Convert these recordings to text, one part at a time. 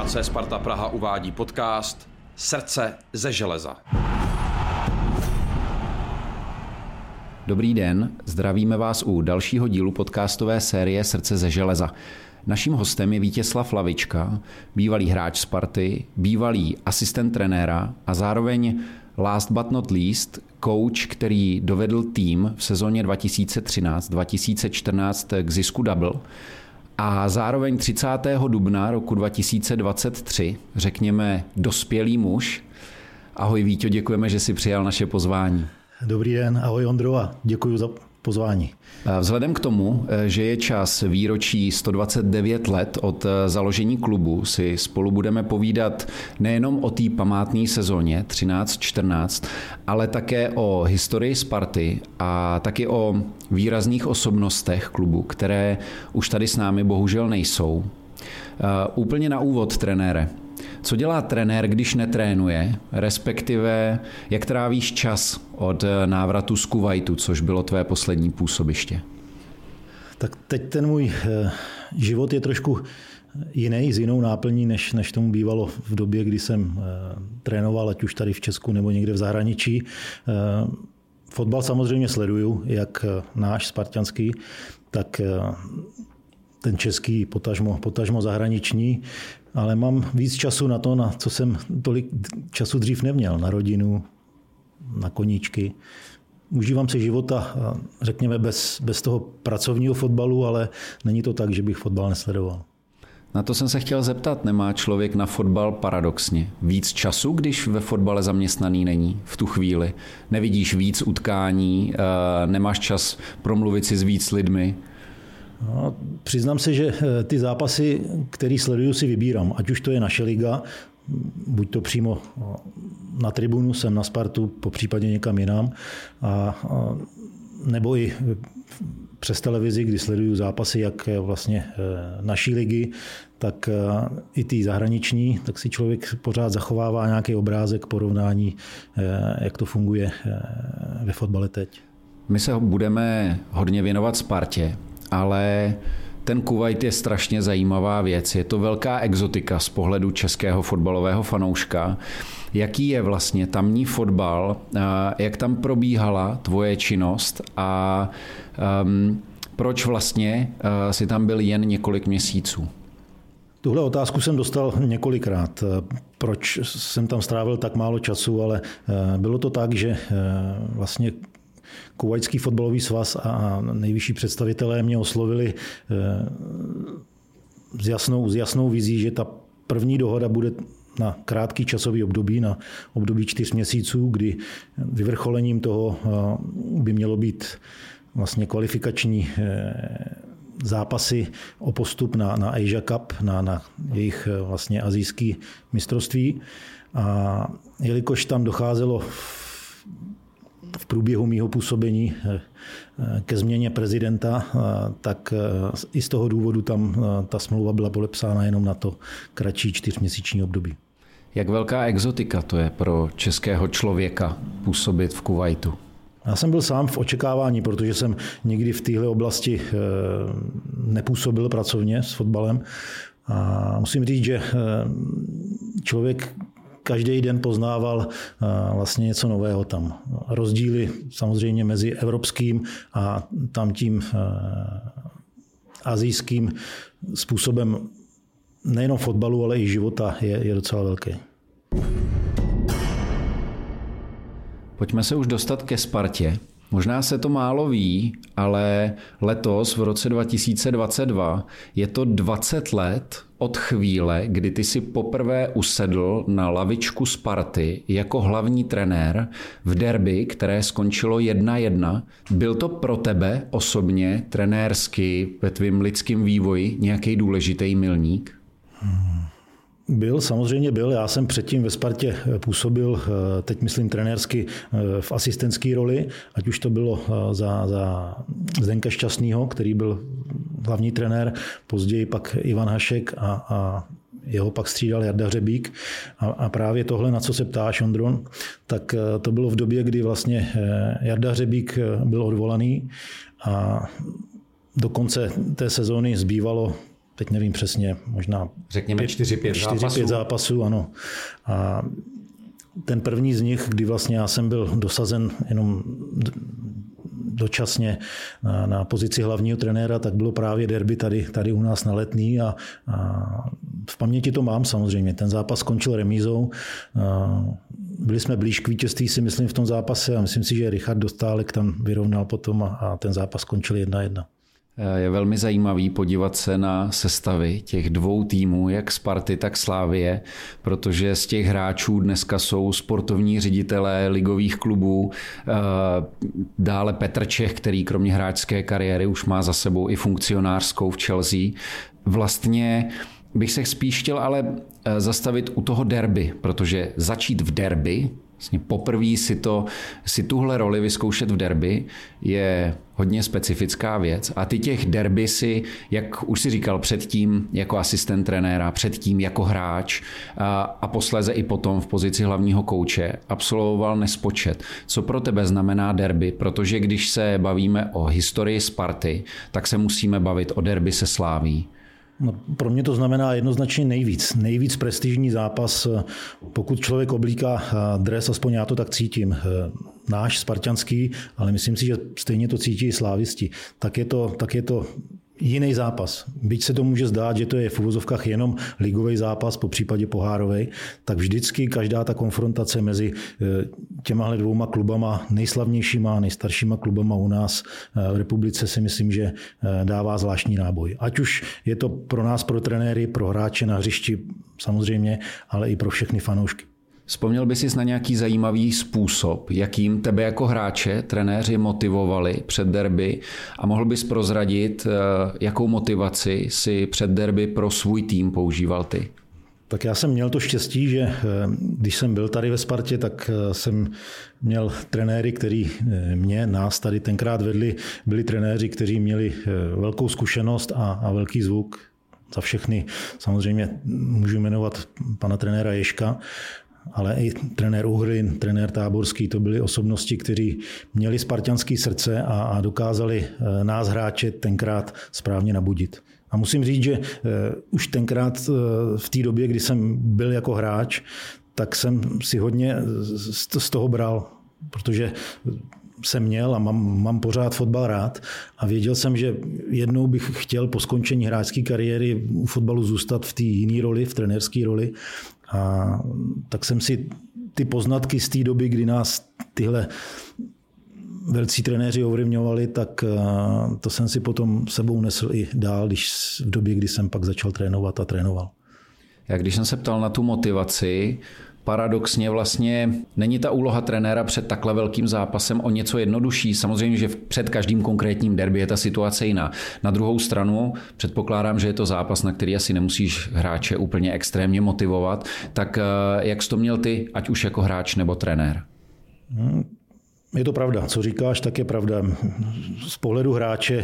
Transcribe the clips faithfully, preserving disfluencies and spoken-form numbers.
F C Sparta Praha uvádí podcast Srdce ze železa. Dobrý den, zdravíme vás u dalšího dílu podcastové série Srdce ze železa. Naším hostem je Vítězslav Lavička, bývalý hráč Sparty, bývalý asistent trenéra a zároveň last but not least coach, který dovedl tým v sezóně dva tisíce třináct dva tisíce čtrnáct k zisku double. A zároveň třicátého dubna roku dva tisíce dvacet tři, řekněme, dospělý muž. Ahoj Víťo, děkujeme, že jsi přijal naše pozvání. Dobrý den, ahoj Ondro a děkuji za pozvání. Vzhledem k tomu, že je čas výročí sto dvacet devět let od založení klubu, si spolu budeme povídat nejenom o té památné sezóně třináct čtrnáct, ale také o historii Sparty a taky o výrazných osobnostech klubu, které už tady s námi bohužel nejsou. Úplně na úvod, trenére. Co dělá trenér, když netrénuje, respektive jak trávíš čas od návratu z Kuvajtu, což bylo tvé poslední působiště? Tak teď ten můj život je trošku jiný, s jinou náplní, než, než tomu bývalo v době, kdy jsem trénoval, ať už tady v Česku nebo někde v zahraničí. Fotbal samozřejmě sleduju, jak náš spartanský, tak ten český, potažmo, potažmo zahraniční, ale mám víc času na to, na co jsem tolik času dřív neměl, na rodinu, na koníčky. Užívám si života, řekněme, bez, bez toho pracovního fotbalu, ale není to tak, že bych fotbal nesledoval. Na to jsem se chtěl zeptat, nemá člověk na fotbal paradoxně víc času, když ve fotbale zaměstnaný není v tu chvíli? Nevidíš víc utkání, nemáš čas promluvit si s víc lidmi? No, přiznám se, že ty zápasy, které sleduju, si vybírám. Ať už to je naše liga, buď to přímo na tribunu, jsem na Spartu, po případě někam jinam, a, a, nebo i přes televizi, kdy sleduju zápasy jak vlastně naší ligy, tak i ty zahraniční, tak si člověk pořád zachovává nějaký obrázek, porovnání, jak to funguje ve fotbale teď. My se budeme hodně věnovat Spartě, ale ten Kuvajt je strašně zajímavá věc. Je to velká exotika z pohledu českého fotbalového fanouška. Jaký je vlastně tamní fotbal, jak tam probíhala tvoje činnost a um, proč vlastně uh, jsi tam byl jen několik měsíců? Tuhle otázku jsem dostal několikrát. Proč jsem tam strávil tak málo času, ale bylo to tak, že vlastně Kuvajtský fotbalový svaz a nejvyšší představitelé mě oslovili s jasnou, s jasnou vizí, že ta první dohoda bude na krátký časový období, na období čtyř měsíců, kdy vyvrcholením toho by mělo být vlastně kvalifikační zápasy o postup na, na Asia Cup, na, na jejich vlastně asijské mistrovství. A jelikož tam docházelo v průběhu mýho působení ke změně prezidenta, tak i z toho důvodu tam ta smlouva byla podepsána jenom na to kratší čtyřměsíční období. Jak velká exotika to je pro českého člověka působit v Kuvajtu? Já jsem byl sám v očekávání, protože jsem nikdy v téhle oblasti nepůsobil pracovně s fotbalem. A musím říct, že člověk každý den poznával vlastně něco nového tam. Rozdíly samozřejmě mezi evropským a tamtím asijským způsobem nejenom fotbalu, ale i života je, je docela velký. Pojďme se už dostat ke Spartě. Možná se to málo ví, ale letos v roce dva tisíce dvacet dva je to dvacet let od chvíle, kdy ty si poprvé usedl na lavičku Sparty jako hlavní trenér v derby, které skončilo jedna jedna. Byl to pro tebe osobně, trenérsky, ve tvým lidském vývoji nějaký důležitý milník? Hmm. Byl, samozřejmě byl. Já jsem předtím ve Spartě působil, teď myslím trenérsky, v asistentské roli, ať už to bylo za, za Zdenka Šťastnýho, který byl hlavní trenér, později pak Ivan Hašek a, a jeho pak střídal Jarda Hřebík. A, a právě tohle, na co se ptáš, Ondro, tak to bylo v době, kdy vlastně Jarda Hřebík byl odvolaný a do konce té sezóny zbývalo teď nevím přesně, možná řekněme čtyři pět zápasů. zápasů, ano. A ten první z nich, kdy vlastně já jsem byl dosazen jenom dočasně na, na pozici hlavního trenéra, tak bylo právě derby tady, tady u nás na Letný a, a v paměti to mám samozřejmě. Ten zápas skončil remízou. Byli jsme blíž k vítězství, si myslím, v tom zápase a myslím si, že Richard Dostálek tam vyrovnal potom a, a ten zápas skončil jedna jedna. Je velmi zajímavý podívat se na sestavy těch dvou týmů, jak Sparty, tak Slavie, protože z těch hráčů dneska jsou sportovní ředitelé ligových klubů, dále Petr Čech, který kromě hráčské kariéry už má za sebou i funkcionářskou v Chelsea. Vlastně bych se spíš chtěl ale zastavit u toho derby, protože začít v derby, vlastně poprvé si, to, si tuhle roli vyzkoušet v derby je hodně specifická věc. A ty těch derby si, jak už si říkal, předtím jako asistent trenéra, předtím jako hráč a, a posléze i potom v pozici hlavního kouče absolvoval nespočet. Co pro tebe znamená derby? Protože když se bavíme o historii Sparty, tak se musíme bavit o derby se Slaví. No, pro mě to znamená jednoznačně nejvíc. Nejvíc prestižní zápas, pokud člověk oblíká dres, aspoň já to tak cítím, náš spartanský, ale myslím si, že stejně to cítí i slávisti. Tak je to, tak je to jiný zápas. Byť se to může zdát, že to je v uvozovkách jenom ligový zápas, po případě pohárovej, tak vždycky každá ta konfrontace mezi těmahle dvouma klubama, nejslavnějšíma, nejstaršíma klubama u nás v republice si myslím, že dává zvláštní náboj. Ať už je to pro nás, pro trenéry, pro hráče na hřišti samozřejmě, ale i pro všechny fanoušky. Vzpomněl by si na nějaký zajímavý způsob, jakým tebe jako hráče trenéři motivovali před derby a mohl bys prozradit, jakou motivaci si před derby pro svůj tým používal ty? Tak já jsem měl to štěstí, že když jsem byl tady ve Spartě, tak jsem měl trenéry, kteří mě, nás tady tenkrát vedli, byli trenéři, kteří měli velkou zkušenost a, a velký zvuk. Za všechny samozřejmě můžu jmenovat pana trenéra Ježka, ale i trenér Uhrin, trenér Táborský, to byly osobnosti, kteří měli spartanské srdce a, a dokázali nás hráče tenkrát správně nabudit. A musím říct, že už tenkrát v té době, kdy jsem byl jako hráč, tak jsem si hodně z toho bral, protože jsem měl a mám, mám pořád fotbal rád a věděl jsem, že jednou bych chtěl po skončení hráčské kariéry u fotbalu zůstat v té jiné roli, v trenérské roli. A tak jsem si ty poznatky z té doby, kdy nás tyhle velcí trenéři ovlivňovali, tak to jsem si potom sebou nesl i dál, když v době, kdy jsem pak začal trénovat a trénoval. Já když jsem se ptal na tu motivaci, paradoxně vlastně není ta úloha trenéra před takhle velkým zápasem o něco jednodušší. Samozřejmě, že před každým konkrétním derby je ta situace jiná. Na druhou stranu předpokládám, že je to zápas, na který asi nemusíš hráče úplně extrémně motivovat. Tak jak jsi to měl ty, ať už jako hráč nebo trenér? Je to pravda. Co říkáš, tak je pravda. Z pohledu hráče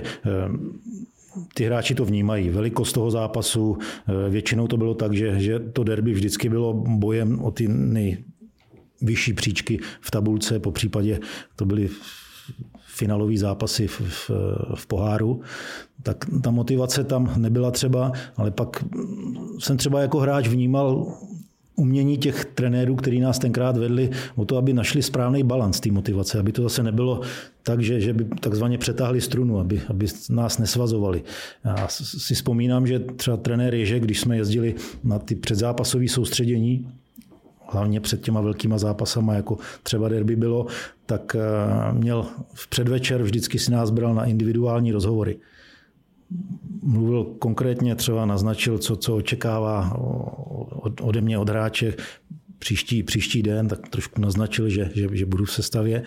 ty hráči to vnímají. Velikost toho zápasu, většinou to bylo tak, že, že to derby vždycky bylo bojem o ty nejvyšší příčky v tabulce, po případě to byly finálový zápasy v, v, v poháru. Tak ta motivace tam nebyla třeba, ale pak jsem třeba jako hráč vnímal umění těch trenérů, kteří nás tenkrát vedli o to, aby našli správný balans té motivace, aby to zase nebylo tak, že, že by takzvaně přetáhli strunu, aby, aby nás nesvazovali. Já si vzpomínám, že třeba trenér Ježek, když jsme jezdili na ty předzápasové soustředění, hlavně před těma velkýma zápasama, jako třeba derby bylo, tak měl v předvečer vždycky si nás bral na individuální rozhovory. Mluvil konkrétně, třeba naznačil, co, co očekává ode mě, od hráče příští, příští den, tak trošku naznačil, že, že, že budu v sestavě.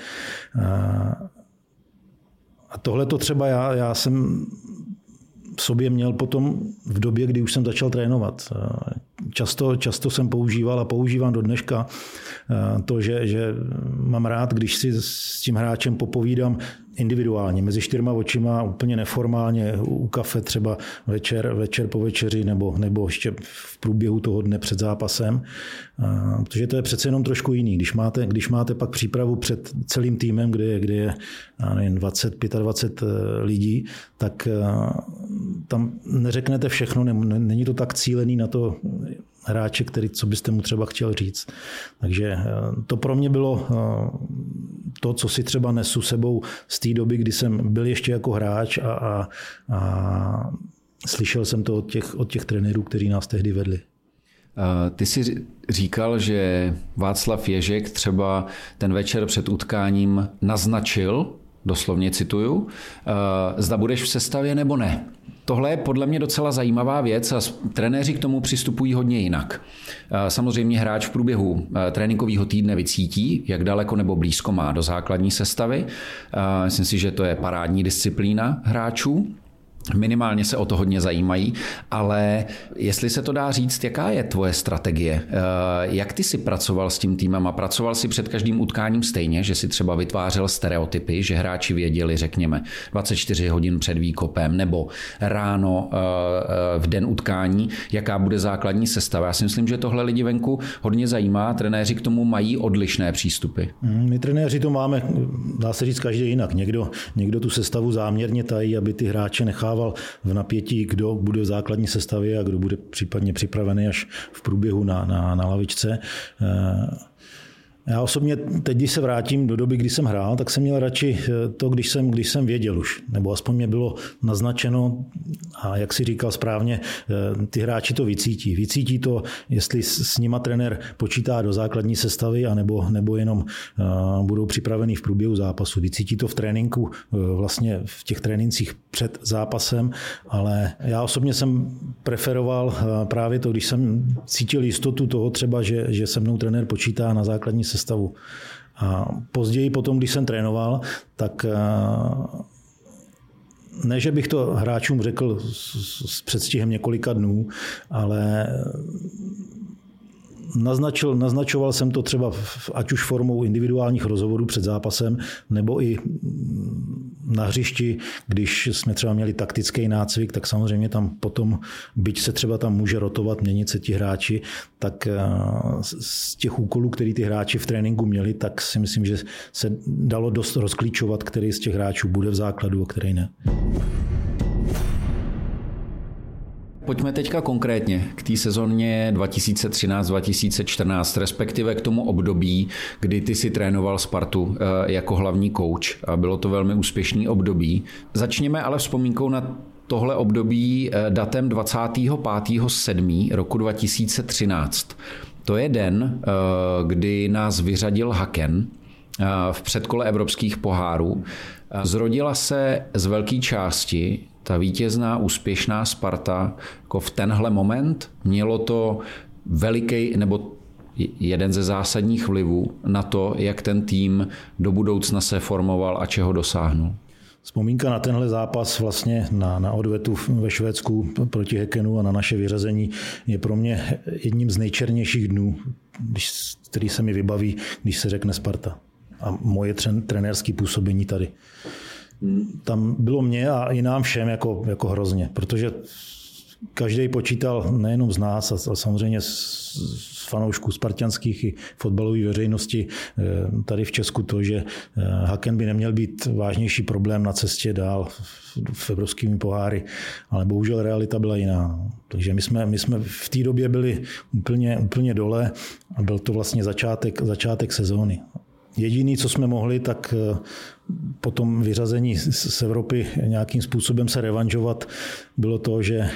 A tohle to třeba já, já jsem v sobě měl potom v době, kdy už jsem začal trénovat. často, často jsem používal a používám do dneška to, že, že mám rád, když si s tím hráčem popovídám individuálně, mezi čtyřma očima, úplně neformálně, u kafe třeba večer, večer po večeři nebo, nebo ještě v průběhu toho dne před zápasem. Protože to je přece jenom trošku jiný. Když máte, když máte pak přípravu před celým týmem, kde je, kde je nevím, dvacet, dvacet pět lidí, tak tam neřeknete všechno, není to tak cílený na to hráče, který, co byste mu třeba chtěl říct. Takže to pro mě bylo to, co si třeba nesu sebou z té doby, kdy jsem byl ještě jako hráč a, a, a slyšel jsem to od těch, od těch trenérů, kteří nás tehdy vedli. Ty jsi říkal, že Václav Ježek třeba ten večer před utkáním naznačil, doslovně cituju, zda budeš v sestavě nebo ne. Tohle je podle mě docela zajímavá věc a trenéři k tomu přistupují hodně jinak. Samozřejmě hráč v průběhu tréninkového týdne vycítí, jak daleko nebo blízko má do základní sestavy. Myslím si, že to je parádní disciplína hráčů. Minimálně se o to hodně zajímají, ale jestli se to dá říct, jaká je tvoje strategie? Jak ty jsi pracoval s tím týmem a pracoval si před každým utkáním stejně, že si třeba vytvářel stereotypy, že hráči věděli, řekněme, dvacet čtyři hodin před výkopem nebo ráno v den utkání, jaká bude základní sestava? Já si myslím, že tohle lidi venku hodně zajímá, trenéři k tomu mají odlišné přístupy. My trenéři to máme, dá se říct, každý jinak. Někdo, někdo tu sestavu záměrně tají, aby ty hráče nechával v napětí, kdo bude v základní sestavě a kdo bude případně připravený až v průběhu na, na, na lavičce. Já osobně teď, když se vrátím do doby, kdy jsem hrál, tak jsem měl radši to, když jsem, když jsem věděl už, nebo aspoň mě bylo naznačeno a jak si říkal správně, ty hráči to vycítí. Vycítí to, jestli s nima trenér počítá do základní sestavy, anebo, nebo jenom budou připravený v průběhu zápasu. Vycítí to v tréninku, vlastně v těch trénincích před zápasem, ale já osobně jsem preferoval právě to, když jsem cítil jistotu toho třeba, že, že se mnou trenér počítá na základní sestavu. A později potom, když jsem trénoval, tak ne, že bych to hráčům řekl s předstihem několika dnů, ale naznačil, naznačoval jsem to třeba ať už formou individuálních rozhovorů před zápasem, nebo i na hřišti, když jsme třeba měli taktický nácvik, tak samozřejmě tam potom, byť se třeba tam může rotovat, měnit se ti hráči, tak z těch úkolů, který ty hráči v tréninku měli, tak si myslím, že se dalo dost rozklíčovat, který z těch hráčů bude v základu a který ne. Pojďme teďka konkrétně k té sezóně dva tisíce třináct dva tisíce čtrnáct, respektive k tomu období, kdy ty si trénoval Spartu jako hlavní kouč a bylo to velmi úspěšný období. Začněme ale vzpomínkou na tohle období datem dvacátého pátého sedmého roku dva tisíce třináct. To je den, kdy nás vyřadil Haken v předkole evropských pohárů. Zrodila se z velké části ta vítězná, úspěšná Sparta jako v tenhle moment. Mělo to veliký nebo jeden ze zásadních vlivů na to, jak ten tým do budoucna se formoval a čeho dosáhnul. Vzpomínka na tenhle zápas, vlastně na, na odvetu ve Švédsku proti Häckenu a na naše vyřazení je pro mě jedním z nejčernějších dnů, když, který se mi vybaví, když se řekne Sparta. A moje tren, trenérské působení tady. Tam bylo mě a i nám všem jako, jako hrozně, protože každý počítal nejenom z nás, ale samozřejmě z fanoušků spartanských i fotbalové veřejnosti tady v Česku to, že Haken by neměl být vážnější problém na cestě dál v evropskými poháry, ale bohužel realita byla jiná. Takže my jsme, my jsme v té době byli úplně, úplně dole a byl to vlastně začátek, začátek sezóny. Jediný, co jsme mohli, tak po tom vyřazení z Evropy nějakým způsobem se revanžovat, bylo to, že,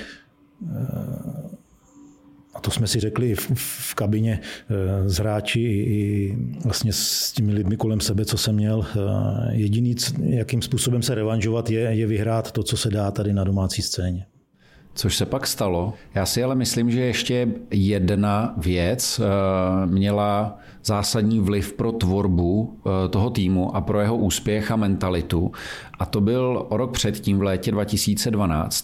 a to jsme si řekli v kabině s hráči i vlastně s těmi lidmi kolem sebe, co jsem měl, jediný, jakým způsobem se revanžovat, je, je vyhrát to, co se dá tady na domácí scéně. Což se pak stalo. Já si ale myslím, že ještě jedna věc měla zásadní vliv pro tvorbu toho týmu a pro jeho úspěch a mentalitu. A to byl o rok předtím v létě dva tisíce dvanáct,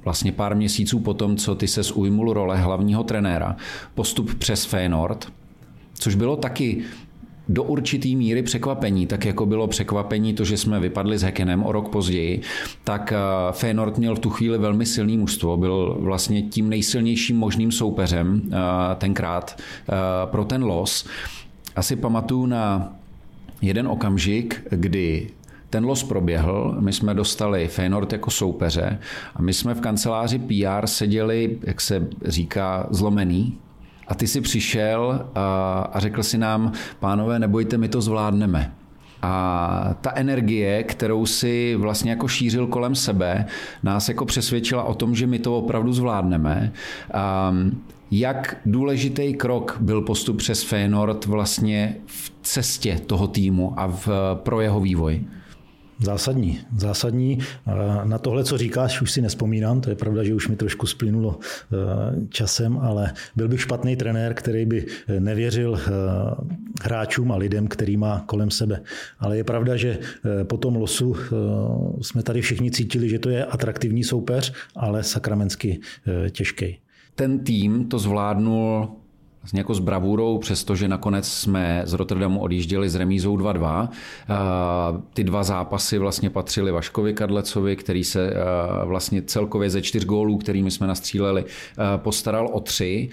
vlastně pár měsíců potom, co ty ses ujmul role hlavního trenéra, postup přes Feyenoord, což bylo taky do určitý míry překvapení, tak jako bylo překvapení to, že jsme vypadli s Häckenem o rok později, tak Feyenoord měl v tu chvíli velmi silný mužstvo, byl vlastně tím nejsilnějším možným soupeřem tenkrát pro ten los. Asi pamatuju na jeden okamžik, kdy ten los proběhl, my jsme dostali Feyenoord jako soupeře a my jsme v kanceláři P R seděli, jak se říká, zlomený. A ty si přišel a, a řekl si nám, pánové, nebojte, my to zvládneme. A ta energie, kterou si vlastně jako šířil kolem sebe, nás jako přesvědčila o tom, že my to opravdu zvládneme. A jak důležitý krok byl postup přes Feyenoord vlastně v cestě toho týmu a v, pro jeho vývoj? Zásadní, zásadní. Na tohle, co říkáš, už si nespomínám, to je pravda, že už mi trošku splynulo časem, ale byl bych špatný trenér, který by nevěřil hráčům a lidem, který má kolem sebe. Ale je pravda, že po tom losu jsme tady všichni cítili, že to je atraktivní soupeř, ale sakramensky těžký. Ten tým to zvládnul vlastně jako s bravůrou, přestože nakonec jsme z Rotterdamu odjížděli s remízou dva dva. Ty dva zápasy vlastně patřily Vaškovi Kadlecovi, který se vlastně celkově ze čtyř gólů, kterými jsme nastříleli, postaral o tři.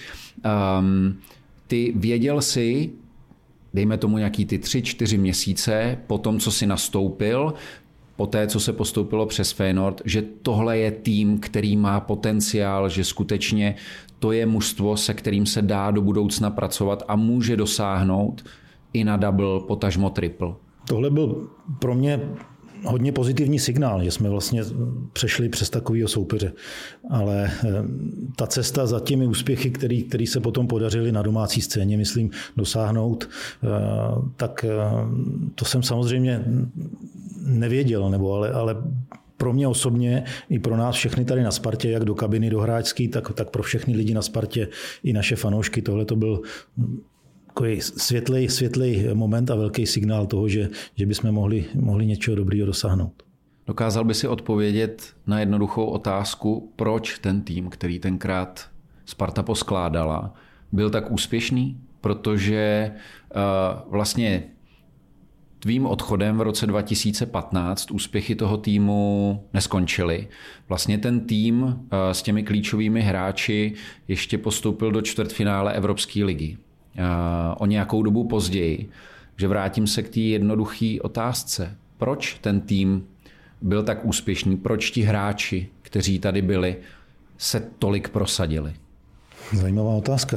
Ty věděl si, dejme tomu nějaký ty tři, čtyři měsíce po tom, co si nastoupil, po té, co se postoupilo přes Feyenoord, že tohle je tým, který má potenciál, že skutečně to je mužstvo, se kterým se dá do budoucna pracovat a může dosáhnout i na double, potažmo triple. Tohle byl pro mě hodně pozitivní signál, že jsme vlastně přešli přes takovýho soupeře. Ale ta cesta za těmi úspěchy, který, který se potom podařily na domácí scéně, myslím, dosáhnout, tak to jsem samozřejmě nevěděl, nebo ale, ale pro mě osobně i pro nás všechny tady na Spartě, jak do kabiny, do hráčský, tak, tak pro všechny lidi na Spartě i naše fanoušky, tohle to byl takový světlej, světlej moment a velký signál toho, že, že bychom mohli, mohli něčeho dobrýho dosáhnout. Dokázal by si odpovědět na jednoduchou otázku, proč ten tým, který tenkrát Sparta poskládala, byl tak úspěšný? Protože uh, vlastně tvým odchodem v roce dva tisíce patnáct úspěchy toho týmu neskončily. Vlastně ten tým s těmi klíčovými hráči ještě postoupil do čtvrtfinále Evropské ligy. O nějakou dobu později. Že vrátím se k té jednoduché otázce. Proč ten tým byl tak úspěšný? Proč ti hráči, kteří tady byli, se tolik prosadili? Zajímavá otázka.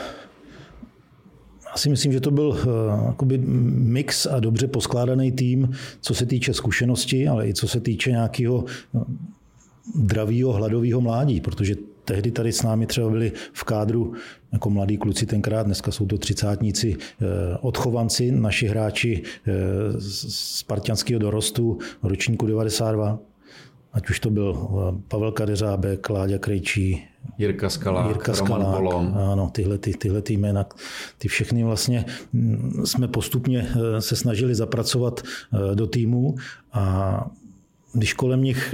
Já si myslím, že to byl jakoby mix a dobře poskládaný tým, co se týče zkušenosti, ale i co se týče nějakého dravého, hladového mládí, protože tehdy tady s námi třeba byli v kádru jako mladí kluci tenkrát, dneska jsou to třicátníci, odchovanci, naši hráči z spartanského dorostu ročníku devadesát dva. Ať už to byl Pavel Kadeřábek, Láďa Krejčí, Jirka Skalák, Jirka Roman Skalák, Bolon. Ano, tyhle, ty, tyhle ty jména, ty všechny vlastně jsme postupně se snažili zapracovat do týmu a když kolem nich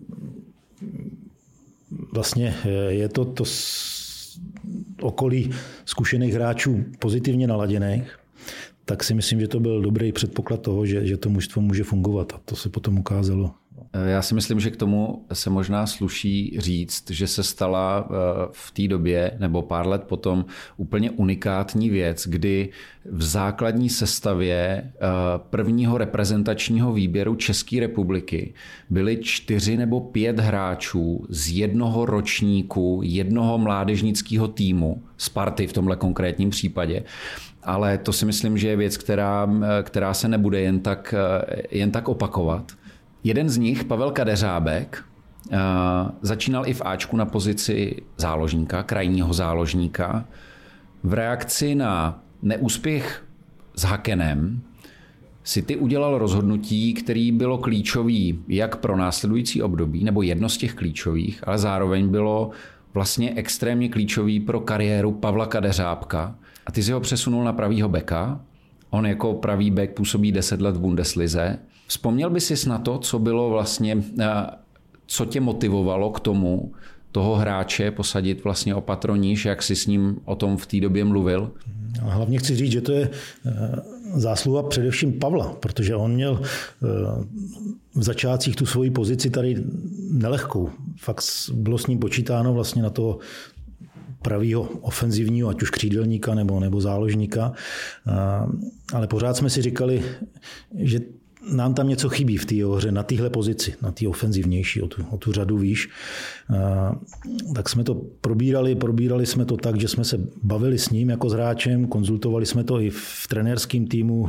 vlastně je to, to okolí zkušených hráčů pozitivně naladěných, tak si myslím, že to byl dobrý předpoklad toho, že, že to mužstvo může fungovat a to se potom ukázalo. Já si myslím, že k tomu se možná sluší říct, že se stala v té době nebo pár let potom úplně unikátní věc, kdy v základní sestavě prvního reprezentačního výběru České republiky byli čtyři nebo pět hráčů z jednoho ročníku, jednoho mládežnického týmu, Sparty v tomhle konkrétním případě. Ale to si myslím, že je věc, která, která se nebude jen tak, jen tak opakovat. Jeden z nich, Pavel Kadeřábek, začínal i v Ačku na pozici záložníka, krajního záložníka. V reakci na neúspěch s Häckenem si ty udělal rozhodnutí, které bylo klíčový jak pro následující období, nebo jedno z těch klíčových, ale zároveň bylo vlastně extrémně klíčový pro kariéru Pavla Kadeřábka. A ty si ho přesunul na pravýho beka. On jako pravý bek působí deset let v Bundeslize. Vzpomněl by sis na to, co bylo vlastně co tě motivovalo k tomu, toho hráče posadit vlastně o patro níž, jak jsi s ním o tom v té době mluvil? Hlavně chci říct, že to je zásluha především Pavla, protože on měl v začátcích tu svoji pozici tady nelehkou. Fakt bylo s ním počítáno vlastně na toho pravýho ofenzivního, ať už křídelníka nebo, nebo záložníka. Ale pořád jsme si říkali, že nám tam něco chybí v té hře, na téhle pozici, na té ofenzivnější, o tu, o tu řadu výš. Tak jsme to probírali, probírali jsme to tak, že jsme se bavili s ním jako s hráčem, konzultovali jsme to i v trenérském týmu,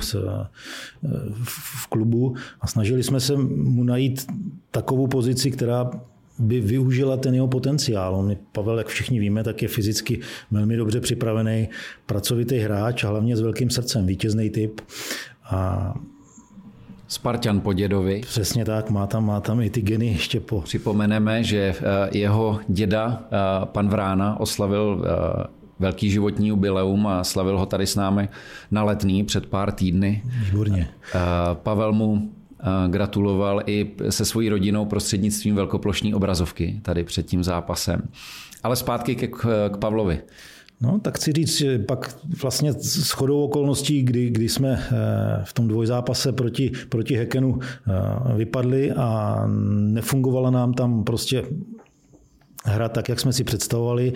v klubu a snažili jsme se mu najít takovou pozici, která by využila ten jeho potenciál. On, Pavel, jak všichni víme, tak je fyzicky velmi dobře připravený, pracovitý hráč a hlavně s velkým srdcem, vítězný typ. A Spartan po dědovi. Přesně tak, má tam, má tam i ty geny ještě po. Připomeneme, že jeho děda, pan Vrána, oslavil velký životní jubileum a slavil ho tady s námi na Letný před pár týdny. Výborně. Pavel mu gratuloval i se svojí rodinou prostřednictvím velkoplošní obrazovky tady před tím zápasem. Ale zpátky k, k Pavlovi. No, tak chci říct, že pak vlastně shodou okolností, kdy, kdy jsme v tom dvojzápase proti, proti Hekenu vypadli a nefungovala nám tam prostě hra tak, jak jsme si představovali.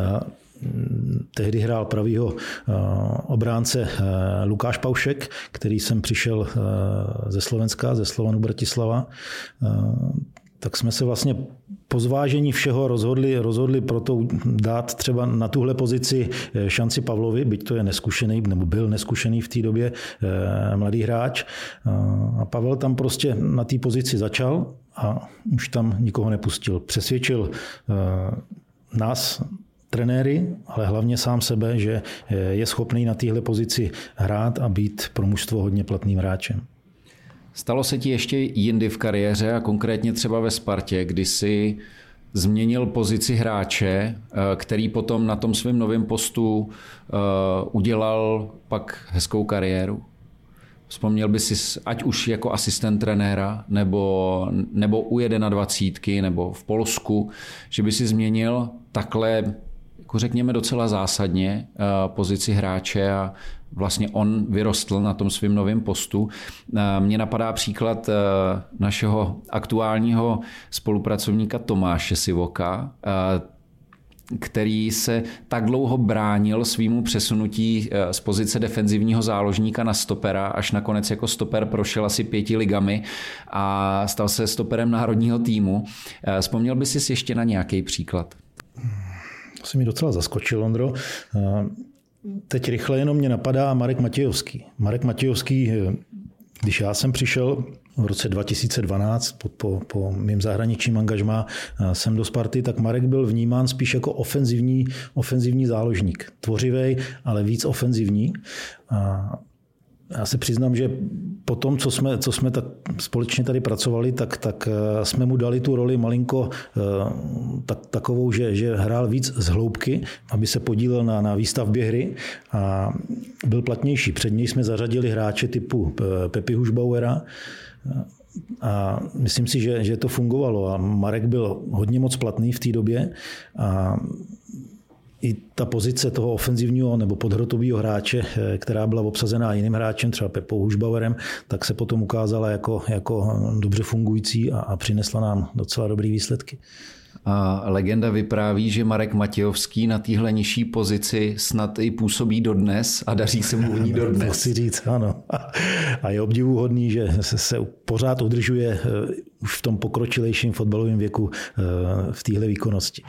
Tehdy hrál pravýho obránce Lukáš Paušek, který jsem přišel ze Slovenska, ze Slovanu Bratislava. Tak jsme se vlastně po zvážení všeho rozhodli, rozhodli proto dát třeba na tuhle pozici šanci Pavlovi, byť to je neskušený, nebo byl neskušený v té době mladý hráč. A Pavel tam prostě na té pozici začal a už tam nikoho nepustil. Přesvědčil nás, trenéry, ale hlavně sám sebe, že je schopný na téhle pozici hrát a být pro mužstvo hodně platným hráčem. Stalo se ti ještě jindy v kariéře a konkrétně třeba ve Spartě, kdy jsi změnil pozici hráče, který potom na tom svém novém postu udělal pak hezkou kariéru? Vzpomněl by si, ať už jako asistent trenéra, nebo, nebo u jednadvacítky, nebo v Polsku, že by si změnil takhle, jako řekněme docela zásadně, pozici hráče a vlastně on vyrostl na tom svém novém postu. Mně napadá příklad našeho aktuálního spolupracovníka Tomáše Sivoka, který se tak dlouho bránil svýmu přesunutí z pozice defenzivního záložníka na stopera, až nakonec jako stoper prošel asi pěti ligami a stal se stoperem národního týmu. Vzpomněl by si ještě na nějaký příklad? To se mi docela zaskočil, Ondro. Teď rychle jenom mě napadá Marek Matějovský. Marek Matějovský, když já jsem přišel v roce dva tisíce dvanáct po, po, po mým zahraničním angažmá sem do Sparty, tak Marek byl vnímán spíš jako ofenzivní, ofenzivní záložník. Tvořivý, ale víc ofenzivní. A já se přiznám, že po tom, co jsme, co jsme tak společně tady pracovali, tak, tak jsme mu dali tu roli malinko tak, takovou, že, že hrál víc z hloubky, aby se podílel na, na výstavbě hry a byl platnější. Před něj jsme zařadili hráče typu Pepi Hušbauera a myslím si, že, že to fungovalo a Marek byl hodně moc platný v té době a i ta pozice toho ofenzivního nebo podhrotového hráče, která byla obsazená jiným hráčem, třeba Pepou Hušbauerem, tak se potom ukázala jako, jako dobře fungující a, a přinesla nám docela dobré výsledky. A legenda vypráví, že Marek Matějovský na téhle nižší pozici snad i působí dodnes a daří se mu v ní dodnes. To si říct, ano. A je obdivuhodný, že se, se pořád udržuje už v tom pokročilejším fotbalovém věku v téhle výkonnosti.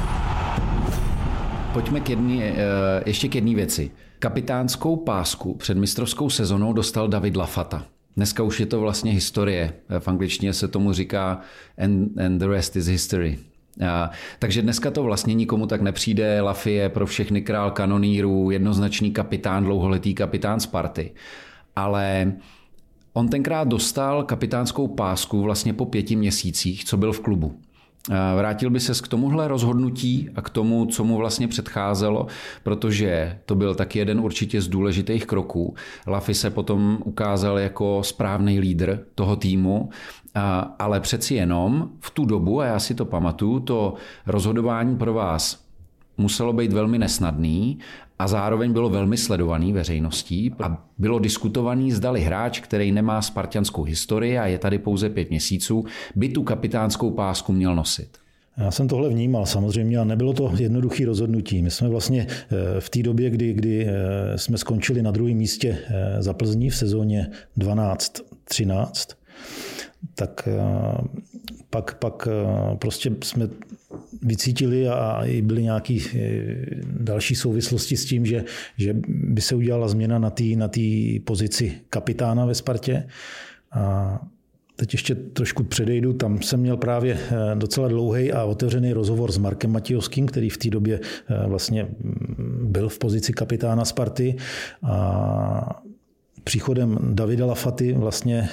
Pojďme k jedný, ještě k jedné věci. Kapitánskou pásku před mistrovskou sezonou dostal David Lafata. Dneska už je to vlastně historie. V angličtině se tomu říká and, and the rest is history. A, takže dneska to vlastně nikomu tak nepřijde. Lafi je pro všechny král kanonýrů, jednoznačný kapitán, dlouholetý kapitán Sparty. Ale on tenkrát dostal kapitánskou pásku vlastně po pěti měsících, co byl v klubu. Vrátil by ses k tomuhle rozhodnutí a k tomu, co mu vlastně předcházelo, protože to byl taky jeden určitě z důležitých kroků. Laffy se potom ukázal jako správný lídr toho týmu, ale přeci jenom v tu dobu, a já si to pamatuju, to rozhodování pro vás muselo být velmi nesnadný a zároveň bylo velmi sledovaný veřejností a bylo diskutovaný, zdali hráč, který nemá spartanskou historii a je tady pouze pět měsíců, by tu kapitánskou pásku měl nosit. Já jsem tohle vnímal samozřejmě a nebylo to jednoduché rozhodnutí. My jsme vlastně v té době, kdy, kdy jsme skončili na druhém místě za Plzní v sezóně dvanáct třináct, tak pak, pak prostě jsme vycítili a i byly nějaké další souvislosti s tím, že, že by se udělala změna na té na té pozici kapitána ve Spartě. A teď ještě trošku předejdu, tam jsem měl právě docela dlouhý a otevřený rozhovor s Markem Matějovským, který v té době vlastně byl v pozici kapitána Sparty. A příchodem Davida Lafaty vlastně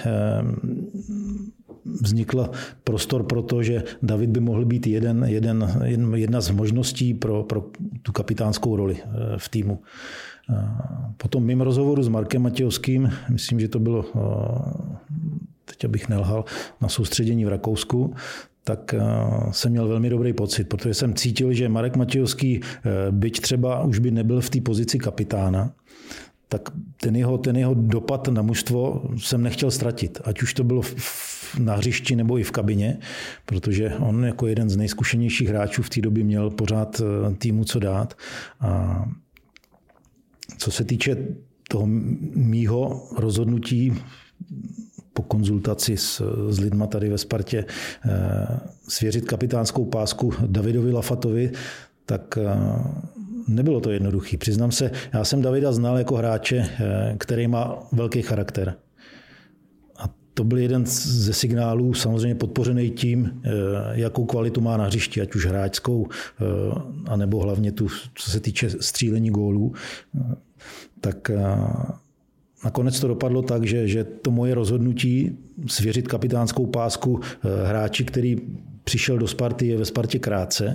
vznikl prostor pro to, že David by mohl být jeden, jeden, jedna z možností pro, pro tu kapitánskou roli v týmu. Po tom mým rozhovoru s Markem Matějovským, myslím, že to bylo, teď abych nelhal, na soustředění v Rakousku, tak jsem měl velmi dobrý pocit, protože jsem cítil, že Marek Matějovský, byť třeba už by nebyl v té pozici kapitána, tak ten jeho, ten jeho dopad na mužstvo jsem nechtěl ztratit. Ať už to bylo v, na hřišti nebo i v kabině, protože on jako jeden z nejzkušenějších hráčů v té době měl pořád týmu co dát. A co se týče toho mýho rozhodnutí po konzultaci s, s lidma tady ve Spartě svěřit kapitánskou pásku Davidovi Lafatovi, tak nebylo to jednoduché. Přiznám se, já jsem Davida znal jako hráče, který má velký charakter. A to byl jeden ze signálů, samozřejmě podpořený tím, jakou kvalitu má na hřišti, ať už hráčskou, anebo hlavně tu, co se týče střílení gólů. Tak nakonec to dopadlo tak, že, že to moje rozhodnutí svěřit kapitánskou pásku hráči, který přišel do Sparty, je ve Spartě krátce,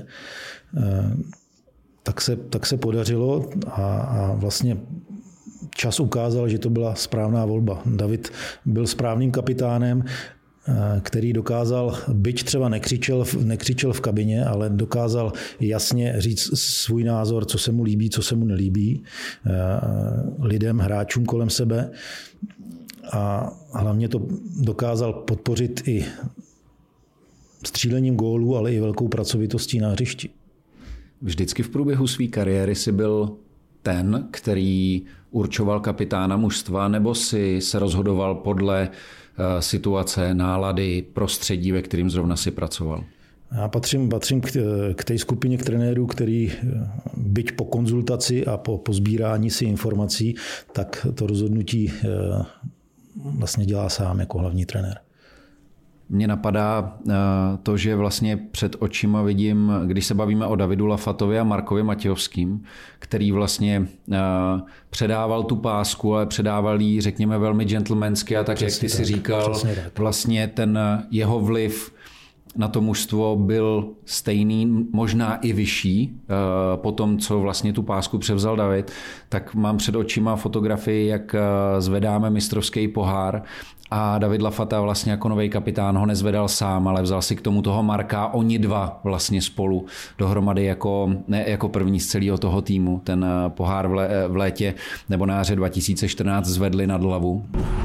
tak se, tak se podařilo a, a vlastně čas ukázal, že to byla správná volba. David byl správným kapitánem, který dokázal, byť třeba nekřičel, nekřičel v kabině, ale dokázal jasně říct svůj názor, co se mu líbí, co se mu nelíbí lidem, hráčům kolem sebe. A hlavně to dokázal podpořit i střílením gólů, ale i velkou pracovitostí na hřišti. Vždycky v průběhu své kariéry si byl ten, který určoval kapitána mužstva, nebo si se rozhodoval podle situace, nálady, prostředí, ve kterým zrovna si pracoval? Já patřím, patřím k, k té skupině k trenérů, který byť po konzultaci a po, po sbírání si informací, tak to rozhodnutí vlastně dělá sám jako hlavní trenér. Mně napadá to, že vlastně před očima vidím, když se bavíme o Davidu Lafatovi a Markovi Matějovským, který vlastně předával tu pásku, ale předával ji, řekněme, velmi gentlemansky a tak, přesně jak ty si říkal, vlastně ten jeho vliv na to mužstvo byl stejný, možná i vyšší po tom, co vlastně tu pásku převzal David, tak mám před očima fotografii, jak zvedáme mistrovský pohár a David Lafata vlastně jako nový kapitán ho nezvedal sám, ale vzal si k tomu toho Marka, oni dva vlastně spolu dohromady jako, ne, jako první z celého toho týmu. Ten pohár v, lé, v létě nebo na jaře dva tisíce čtrnáct zvedli nad hlavu.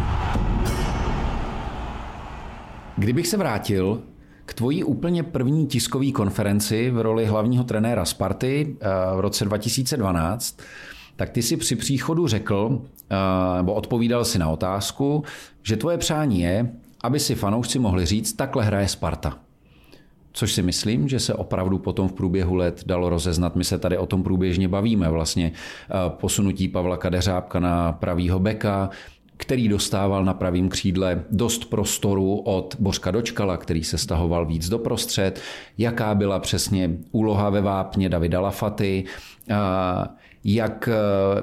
Kdybych se vrátil k tvojí úplně první tiskové konferenci v roli hlavního trenéra Sparty v roce dva tisíce dvanáct, tak ty si při příchodu řekl, nebo odpovídal si na otázku, že tvoje přání je, aby si fanoušci mohli říct, takhle hraje Sparta. Což si myslím, že se opravdu potom v průběhu let dalo rozeznat. My se tady o tom průběžně bavíme. Vlastně posunutí Pavla Kadeřábka na pravýho beka, který dostával na pravém křídle dost prostoru od Bořka Dočkala, který se stahoval víc doprostřed, jaká byla přesně úloha ve vápně Davida Lafaty, jak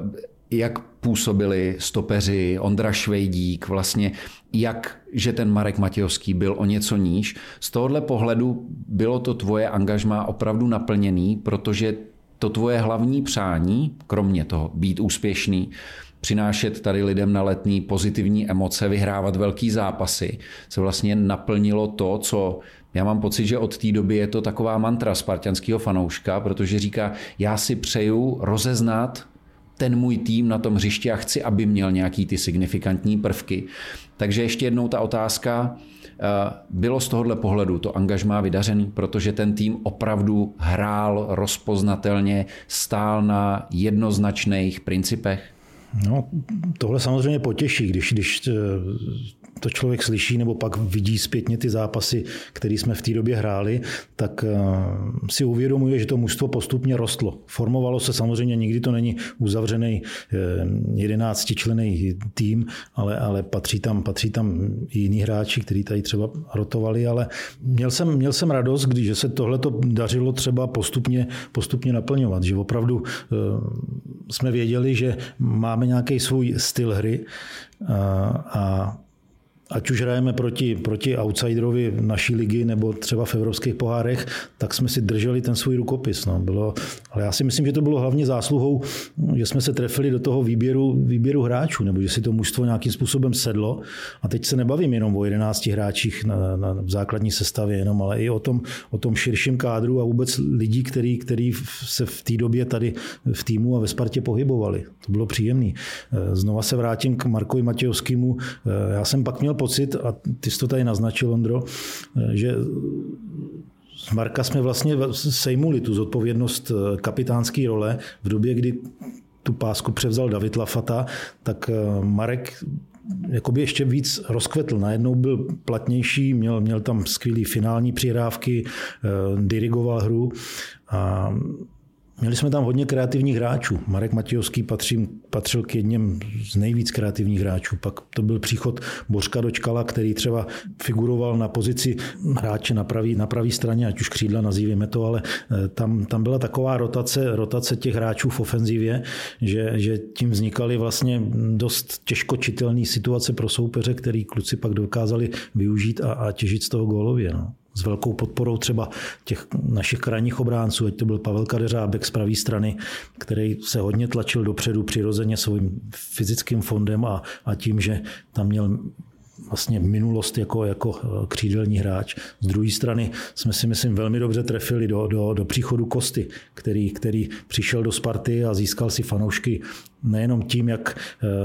jak působili stopeři, Ondra Švejdík, vlastně jak, že ten Marek Matějovský byl o něco níž. Z tohohle pohledu bylo to tvoje angažmá opravdu naplněný, protože to tvoje hlavní přání, kromě toho být úspěšný, přinášet tady lidem na Letný pozitivní emoce, vyhrávat velký zápasy, se vlastně naplnilo to, co já mám pocit, že od té doby je to taková mantra spartanského fanouška, protože říká, já si přeju rozeznat ten můj tým na tom hřišti a chci, aby měl nějaký ty signifikantní prvky. Takže ještě jednou ta otázka, bylo z tohohle pohledu to angažmá vydařený, protože ten tým opravdu hrál rozpoznatelně, stál na jednoznačných principech? No, tohle samozřejmě potěší, když, když to člověk slyší nebo pak vidí zpětně ty zápasy, které jsme v té době hráli, tak si uvědomuje, že to mužstvo postupně rostlo. Formovalo se samozřejmě, nikdy to není uzavřený jedenáctičlenný tým, ale, ale patří tam, patří tam i jiní hráči, kteří tady třeba rotovali, ale měl jsem, měl jsem radost, když se tohleto dařilo třeba postupně, postupně naplňovat, že opravdu jsme věděli, že máme nějaký svůj styl hry a, a ať už hrajeme proti, proti outsiderovi naší ligy nebo třeba v evropských pohárech, tak jsme si drželi ten svůj rukopis. No. Bylo, ale já si myslím, že to bylo hlavně zásluhou, že jsme se trefili do toho výběru, výběru hráčů, nebo že si to mužstvo nějakým způsobem sedlo. A teď se nebavím jenom o jedenácti hráčích na, na základní sestavě, jenom, ale i o tom, o tom širším kádru a vůbec lidí, který, který se v té době tady v týmu a ve Spartě pohybovali. To bylo příjemné. Znova se vrátím k Markovi Matějovskému. Já jsem pak měl pocit, a ty jsi to tady naznačil, Ondro, že z Marka jsme vlastně sejmuli tu zodpovědnost kapitánské role v době, kdy tu pásku převzal David Lafata, tak Marek jakoby ještě víc rozkvetl. Najednou byl platnější, měl, měl tam skvělý finální přihrávky, dirigoval hru a měli jsme tam hodně kreativních hráčů. Marek Matějovský patří, patřil k jedním z nejvíc kreativních hráčů. Pak to byl příchod Bořka Dočkala, který třeba figuroval na pozici hráče na pravý, na pravý straně, ať už křídla, nazýváme to, ale tam, tam byla taková rotace, rotace těch hráčů v ofenzivě, že, že tím vznikaly vlastně dost těžko čitelné situace pro soupeře, který kluci pak dokázali využít a, a těžit z toho gólově. No. S velkou podporou třeba těch našich krajních obránců, ať to byl Pavel Kadeřábek z pravé strany, který se hodně tlačil dopředu přirozeně svým fyzickým fondem a, a tím, že tam měl vlastně minulost jako, jako křídelní hráč. Z druhé strany jsme si, myslím, velmi dobře trefili do, do, do příchodu Kosty, který, který přišel do Sparty a získal si fanoušky nejenom tím, jak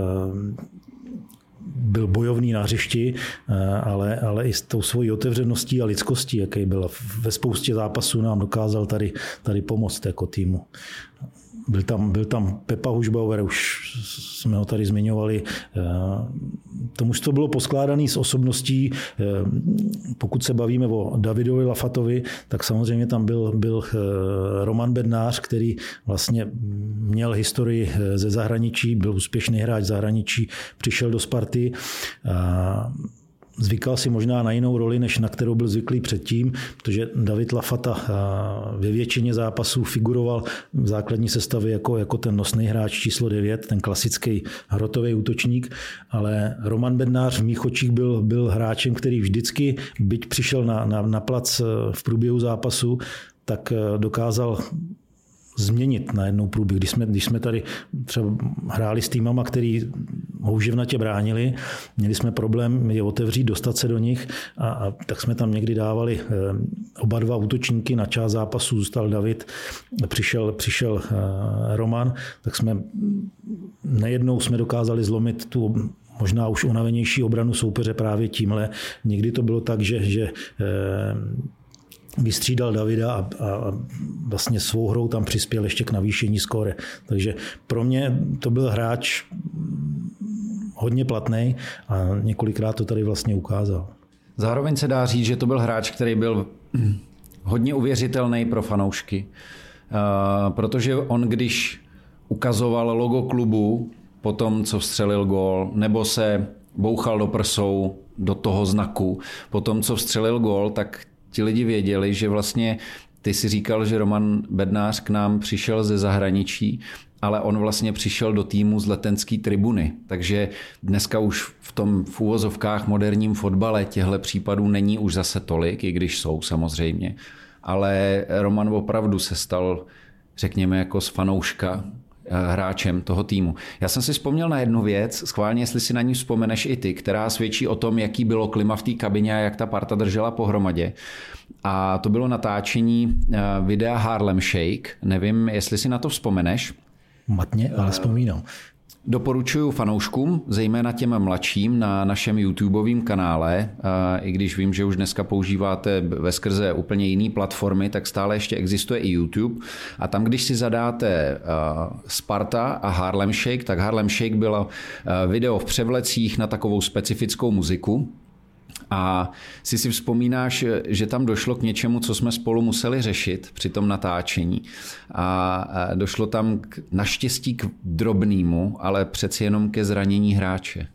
byl bojovný na hřišti, ale, ale i s tou svojí otevřeností a lidskostí, jaký byl. Ve spoustě zápasů nám dokázal tady, tady pomoct jako týmu. Byl tam, byl tam Pepa Hušbauer, už jsme ho tady zmiňovali. To mužstvo bylo poskládané z osobností. Pokud se bavíme o Davidovi Lafatovi, tak samozřejmě tam byl, byl Roman Bednář, který vlastně měl historii ze zahraničí, byl úspěšný hráč v zahraničí, přišel do Sparty. Zvykal si možná na jinou roli, než na kterou byl zvyklý předtím, protože David Lafata ve většině zápasů figuroval v základní sestavě jako, jako ten nosný hráč číslo devět, ten klasický hrotový útočník, ale Roman Bednář v mých očích byl, byl hráčem, který vždycky, byť přišel na, na, na plac v průběhu zápasu, tak dokázal změnit na jednou průběh. Když jsme, když jsme tady třeba hráli s týmama, který houževnatě bránili, měli jsme problém je otevřít, dostat se do nich a, a tak jsme tam někdy dávali oba dva útočníky, na část zápasu zůstal David, přišel, přišel Roman, tak jsme nejednou jsme dokázali zlomit tu možná už unavenější obranu soupeře právě tímhle. Někdy to bylo tak, že, že vystřídal Davida a, a vlastně svou hrou tam přispěl ještě k navýšení skóre. Takže pro mě to byl hráč hodně platný a několikrát to tady vlastně ukázal. Zároveň se dá říct, že to byl hráč, který byl hodně uvěřitelný pro fanoušky, protože on, když ukazoval logo klubu po tom, co vstřelil gól, nebo se bouchal do prsou do toho znaku po tom, co vstřelil gól, tak ti lidi věděli, že vlastně ty si říkal, že Roman Bednář k nám přišel ze zahraničí ale on vlastně přišel do týmu z letenské tribuny. Takže dneska už v tom v úvozovkách moderním fotbale těchto případů není už zase tolik, i když jsou samozřejmě. Ale Roman opravdu se stal, řekněme, jako z fanouška hráčem toho týmu. Já jsem si vzpomněl na jednu věc, schválně, jestli si na ní vzpomeneš i ty, která svědčí o tom, jaký bylo klima v té kabině a jak ta parta držela pohromadě. A to bylo natáčení videa Harlem Shake. Nevím, jestli si na to vzpomeneš. Matně, ale vzpomínám. Doporučuji fanouškům, zejména těm mladším, na našem YouTubeovém kanále. I když vím, že už dneska používáte veskrze úplně jiné platformy, tak stále ještě existuje i YouTube. A tam, když si zadáte Sparta a Harlem Shake, tak Harlem Shake bylo video v převlecích na takovou specifickou muziku. A si si vzpomínáš, že tam došlo k něčemu, co jsme spolu museli řešit při tom natáčení. A došlo tam k, naštěstí k drobnému, ale přeci jenom ke zranění hráče.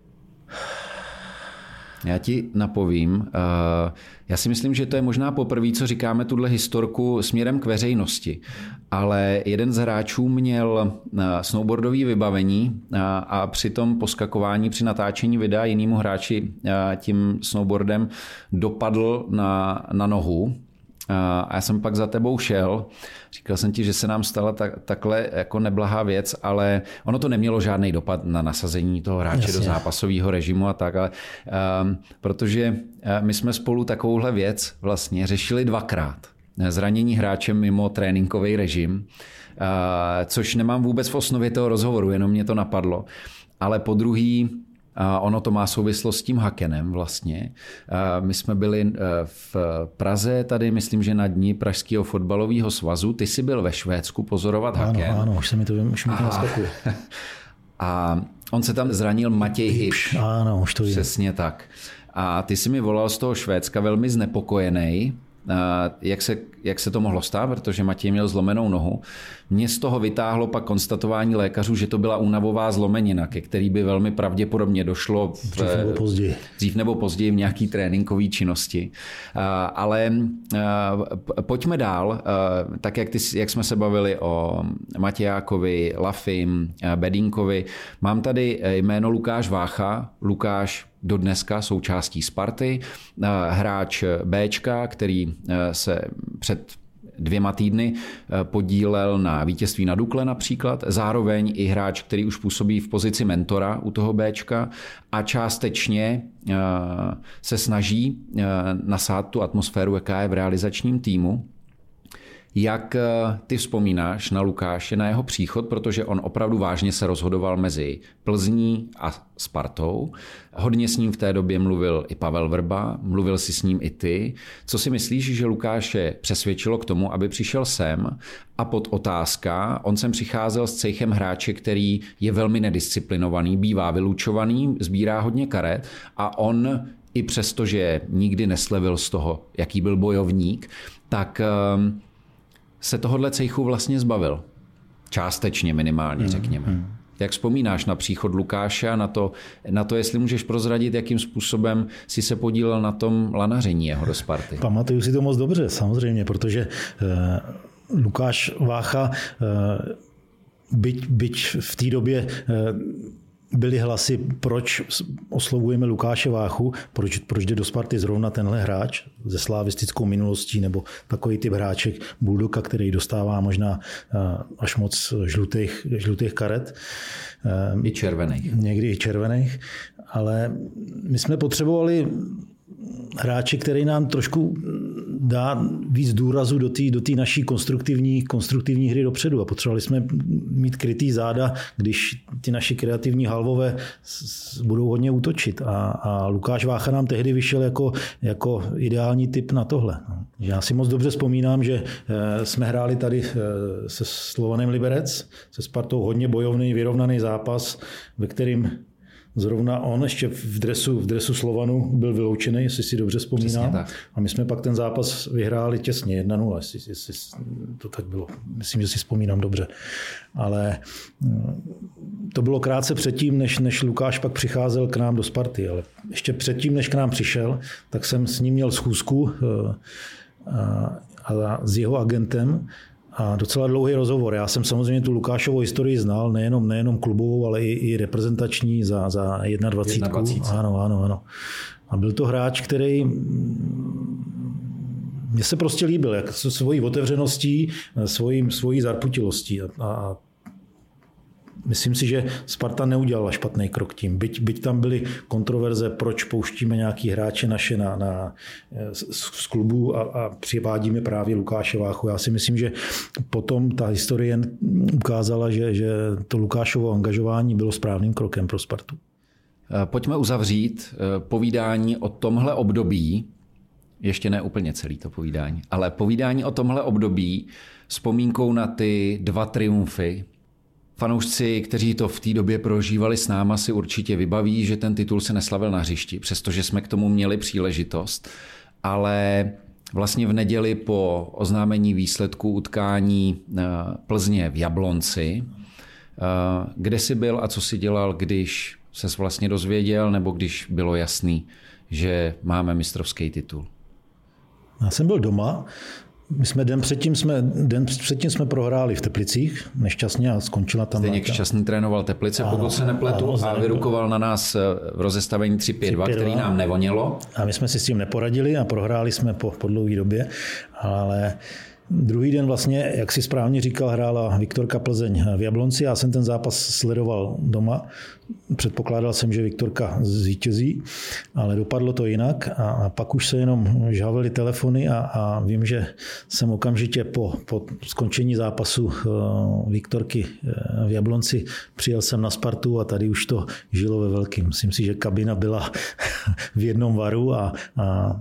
Já ti napovím, já si myslím, že to je možná poprvé, co říkáme tuhle historku směrem k veřejnosti, ale jeden z hráčů měl snowboardové vybavení a při tom poskakování, při natáčení videa jinému hráči tím snowboardem dopadl na, na nohu. A já jsem pak za tebou šel, říkal jsem ti, že se nám stala tak, takhle jako neblahá věc, ale ono to nemělo žádný dopad na nasazení toho hráče Jasně. do zápasového režimu a tak, ale um, protože my jsme spolu takovouhle věc vlastně řešili dvakrát. Zranění hráče mimo tréninkový režim, uh, což nemám vůbec v osnově toho rozhovoru, jenom mě to napadlo. Ale po druhý, a ono to má souvislost s tím Hakenem vlastně. My jsme byli v Praze tady, myslím, že na dní Pražského fotbalového svazu. Ty jsi byl ve Švédsku pozorovat ano, Haken. Ano, už se mi to, už mi to naskakuje. A on se tam zranil Matěj Hybš. Ano, už to je. Přesně tak. A ty jsi mi volal z toho Švédska velmi znepokojený. Jak se, jak se to mohlo stát, protože Matěj měl zlomenou nohu. Mě z toho vytáhlo pak konstatování lékařů, že to byla únavová zlomenina, ke který by velmi pravděpodobně došlo v, dřív nebo později. Dřív nebo později v nějaký tréninkové činnosti. Ale pojďme dál. Tak jak, ty, jak jsme se bavili o Matějákovi, Lafim, Bedínkovi. Mám tady jméno Lukáš Vácha. Lukáš do dneska součástí Sparty, hráč Béčka, který se před dvěma týdny podílel na vítězství na Dukle například, zároveň i hráč, který už působí v pozici mentora u toho Béčka a částečně se snaží nasát tu atmosféru, jaká je v realizačním týmu. Jak ty vzpomínáš na Lukáše, na jeho příchod, protože on opravdu vážně se rozhodoval mezi Plzní a Spartou. Hodně s ním v té době mluvil i Pavel Vrba, mluvil si s ním i ty. Co si myslíš, že Lukáše přesvědčilo k tomu, aby přišel sem? A pod otázka, on sem přicházel s cejchem hráče, který je velmi nedisciplinovaný, bývá vylučovaný, sbírá hodně karet a on i přesto, že nikdy neslevil z toho, jaký byl bojovník, tak se tohohle cejchu vlastně zbavil. Částečně minimálně, řekněme. Hmm, hmm. Jak vzpomínáš na příchod Lukáše a na to, na to, jestli můžeš prozradit, jakým způsobem si se podílel na tom lanaření jeho do Sparty? Pamatuju si to moc dobře, samozřejmě, protože eh, Lukáš Vácha, eh, byť, byť v té době eh, byly hlasy, proč oslovujeme Lukáše Váchu, proč, proč jde do Sparty zrovna tenhle hráč se slávistickou minulostí nebo takový typ hráček Bulldoga, který dostává možná až moc žlutých, žlutých karet. I červených. Někdy i červených. Ale my jsme potřebovali hráče, který nám trošku dá víc důrazu do té do té naší konstruktivní, konstruktivní hry dopředu. A potřebovali jsme mít krytý záda, když ty naši kreativní halvové budou hodně útočit. A, a Lukáš Vácha nám tehdy vyšel jako, jako ideální typ na tohle. Já si moc dobře vzpomínám, že jsme hráli tady se Slovanem Liberec, se Spartou hodně bojovný, vyrovnaný zápas, ve kterým zrovna on ještě v dresu, v dresu Slovanu byl vyloučený, jestli si dobře vzpomínám. A my jsme pak ten zápas vyhráli těsně jedna nula, jestli, jestli to tak bylo. Myslím, že si vzpomínám dobře. Ale to bylo krátce předtím, než, než Lukáš pak přicházel k nám do Sparty. Ale ještě předtím, než k nám přišel, tak jsem s ním měl schůzku a, a s jeho agentem a docela dlouhý rozhovor. Já jsem samozřejmě tu Lukášovou historii znal, nejenom, nejenom klubovou, ale i, i reprezentační za, za dvacet jedna. Ano, ano, ano. A byl to hráč, který mně se prostě líbil, jak svojí otevřeností, svojí, svojí zarputilostí. A, a myslím si, že Sparta neudělala špatný krok tím. Byť, byť tam byly kontroverze, proč pouštíme nějaký hráče naše na, na, z, z klubu a, a přivádíme právě Lukáše Váchu. Já si myslím, že potom ta historie ukázala, že, že to Lukášovo angažování bylo správným krokem pro Spartu. Pojďme uzavřít povídání o tomhle období, ještě ne úplně celý to povídání, ale povídání o tomhle období vzpomínkou na ty dva triumfy. Fanoušci, kteří to v té době prožívali s náma, si určitě vybaví, že ten titul se neslavil na hřišti, přestože jsme k tomu měli příležitost. Ale vlastně v neděli po oznámení výsledku utkání Plzně v Jablonci, kde jsi byl a co jsi dělal, když ses vlastně dozvěděl, nebo když bylo jasný, že máme mistrovský titul? Já jsem byl doma. My jsme den předtím jsme, den předtím jsme prohráli v Teplicích nešťastně a skončila tam... Zdeněk Šťastný trénoval Teplice, pokud se nepletu, ano, a vyrukoval na nás v rozestavení tři pět dva, který nám nevonělo. A my jsme si s tím neporadili a prohráli jsme po, po dlouhé době, ale... Druhý den vlastně, jak si správně říkal, hrála Viktorka Plzeň v Jablonci. Já jsem ten zápas sledoval doma. Předpokládal jsem, že Viktorka zvítězí, ale dopadlo to jinak. A pak už se jenom žhavily telefony a, a vím, že jsem okamžitě po, po skončení zápasu Viktorky v Jablonci přijel jsem na Spartu a tady už to žilo ve velkým. Myslím si, že kabina byla v jednom varu a, a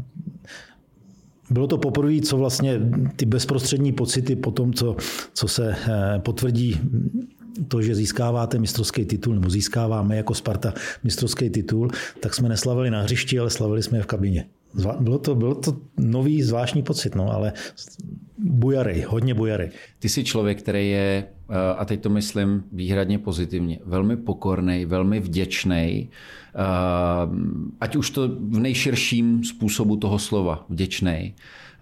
bylo to poprvé, co vlastně ty bezprostřední pocity po tom, co, co se potvrdí to, že získáváte mistrovský titul, nebo získáváme jako Sparta mistrovský titul, tak jsme neslavili na hřišti, ale slavili jsme je v kabině. Bylo to, bylo to nový zvláštní pocit, no, ale bujarej, hodně bujarej. Ty jsi člověk, který je, a teď to myslím výhradně pozitivně, velmi pokornej, velmi vděčnej, ať už to v nejširším způsobu toho slova, vděčnej.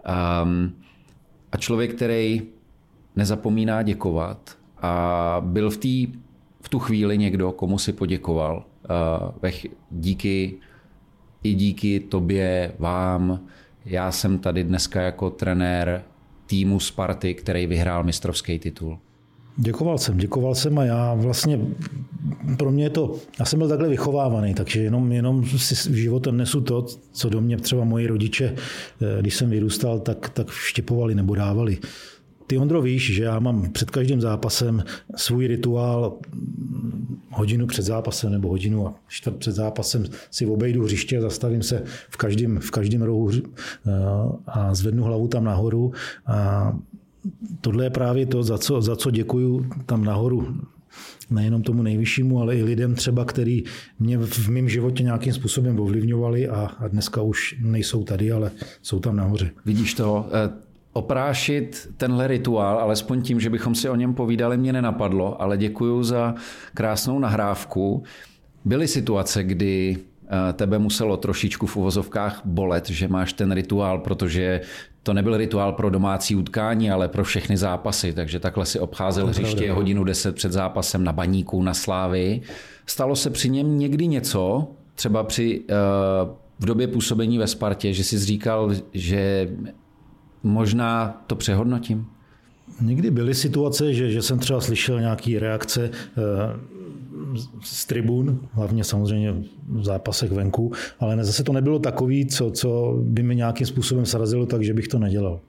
A člověk, který nezapomíná děkovat a byl v, tý, v tu chvíli někdo, komu si poděkoval. Díky i díky tobě, vám. Já jsem tady dneska jako trenér týmu Sparty, který vyhrál mistrovský titul. Děkoval jsem, děkoval jsem a já vlastně, pro mě je to, já jsem byl takhle vychovávaný, takže jenom, jenom si v životem nesu to, co do mě třeba moji rodiče, když jsem vyrůstal, tak, tak vštěpovali nebo dávali. Ty, Ondro, víš, že já mám před každým zápasem svůj rituál, hodinu před zápasem nebo hodinu a čtvrt před zápasem si obejdu hřiště, zastavím se v každém, v každém rohu a zvednu hlavu tam nahoru. A tohle je právě to, za co, za co děkuju tam nahoru. Nejenom tomu nejvyššímu, ale i lidem třeba, který mě v mém životě nějakým způsobem ovlivňovali a, a dneska už nejsou tady, ale jsou tam nahoře. Vidíš to? Oprášit tenhle rituál, alespoň tím, že bychom si o něm povídali, mě nenapadlo, ale děkuju za krásnou nahrávku. Byly situace, kdy tebe muselo trošičku v uvozovkách bolet, že máš ten rituál, protože to nebyl rituál pro domácí utkání, ale pro všechny zápasy, takže takhle si obcházel hřiště hodinu deset před zápasem na Baníku, na Slávii. Stalo se při něm někdy něco, třeba při, v době působení ve Spartě, že jsi říkal, že možná to přehodnotím? Někdy byly situace, že, že jsem třeba slyšel nějaké reakce z tribun, hlavně samozřejmě v zápasech venku, ale zase to nebylo takový, co, co by mi nějakým způsobem srazilo, takže bych to nedělal.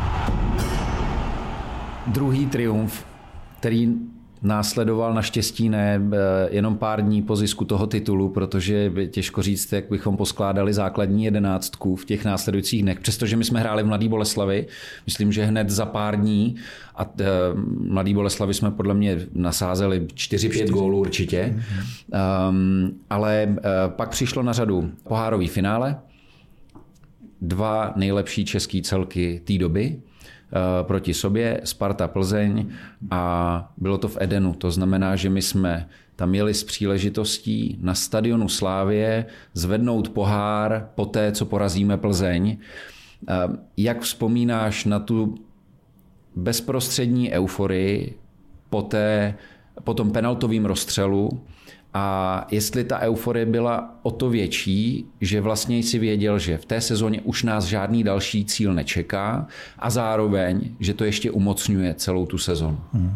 Druhý triumf, který následoval naštěstí ne jenom pár dní po zisku toho titulu, protože těžko říct, jak bychom poskládali základní jedenáctku v těch následujících dnech. Přestože my jsme hráli v Mladý Boleslavi, myslím, že hned za pár dní a Mladý Boleslavi jsme podle mě nasázeli čtyři pět gólů určitě. Um, ale uh, pak přišlo na řadu pohárový finále, dva nejlepší český celky té doby proti sobě, Sparta Plzeň, a bylo to v Edenu. To znamená, že my jsme tam jeli s příležitostí na stadionu Slávie zvednout pohár po té, co porazíme Plzeň. Jak vzpomínáš na tu bezprostřední euforii po, té, po tom penaltovém rozstřelu a jestli ta euforie byla o to větší, že vlastně si věděl, že v té sezóně už nás žádný další cíl nečeká a zároveň, že to ještě umocňuje celou tu sezonu. Hmm.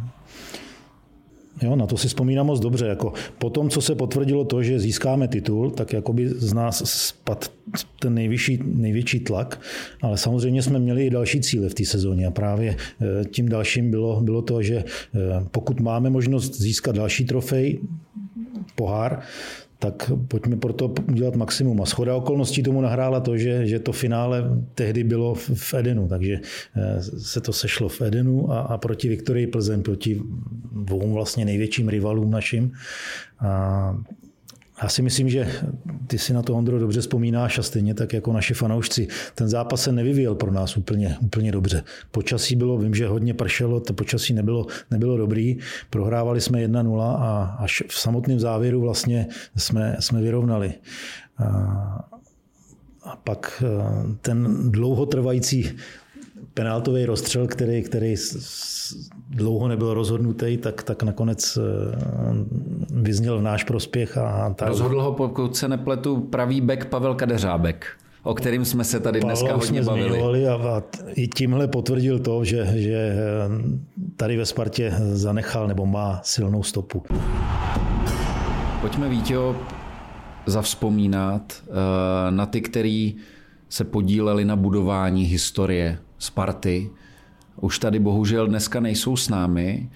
Jo, na to si vzpomínám moc dobře. Jako po tom, co se potvrdilo to, že získáme titul, tak jakoby z nás spadl ten nejvyšší, největší tlak, ale samozřejmě jsme měli i další cíle v té sezóně a právě tím dalším bylo, bylo to, že pokud máme možnost získat další trofej, pohár, tak pojďme pro to udělat maximum. A shoda okolností tomu nahrála to, že, že to finále tehdy bylo v Edenu, takže se to sešlo v Edenu a, a proti Viktorii Plzeň, proti dvou vlastně největším rivalům našim. A já si myslím, že ty si na to, Ondro, dobře vzpomínáš a stejně tak jako naši fanoušci. Ten zápas se nevyvíjel pro nás úplně, úplně dobře. Počasí bylo, vím, že hodně pršelo, to počasí nebylo, nebylo dobrý. Prohrávali jsme jedna nula a až v samotném závěru vlastně jsme, jsme vyrovnali. A, a pak ten dlouhotrvající penaltový rozstřel, který, který dlouho nebyl rozhodnutý, tak, tak nakonec vyzněl v náš prospěch. A ta... Rozhodl ho, pokud se nepletu, pravý bek Pavel Kadeřábek, o kterým jsme se tady dneska Pavla hodně bavili. A, a i tímhle potvrdil to, že, že tady ve Spartě zanechal nebo má silnou stopu. Pojďme, Víťo, zavzpomínat na ty, který se podíleli na budování historie Sparty. Už tady bohužel dneska nejsou s námi.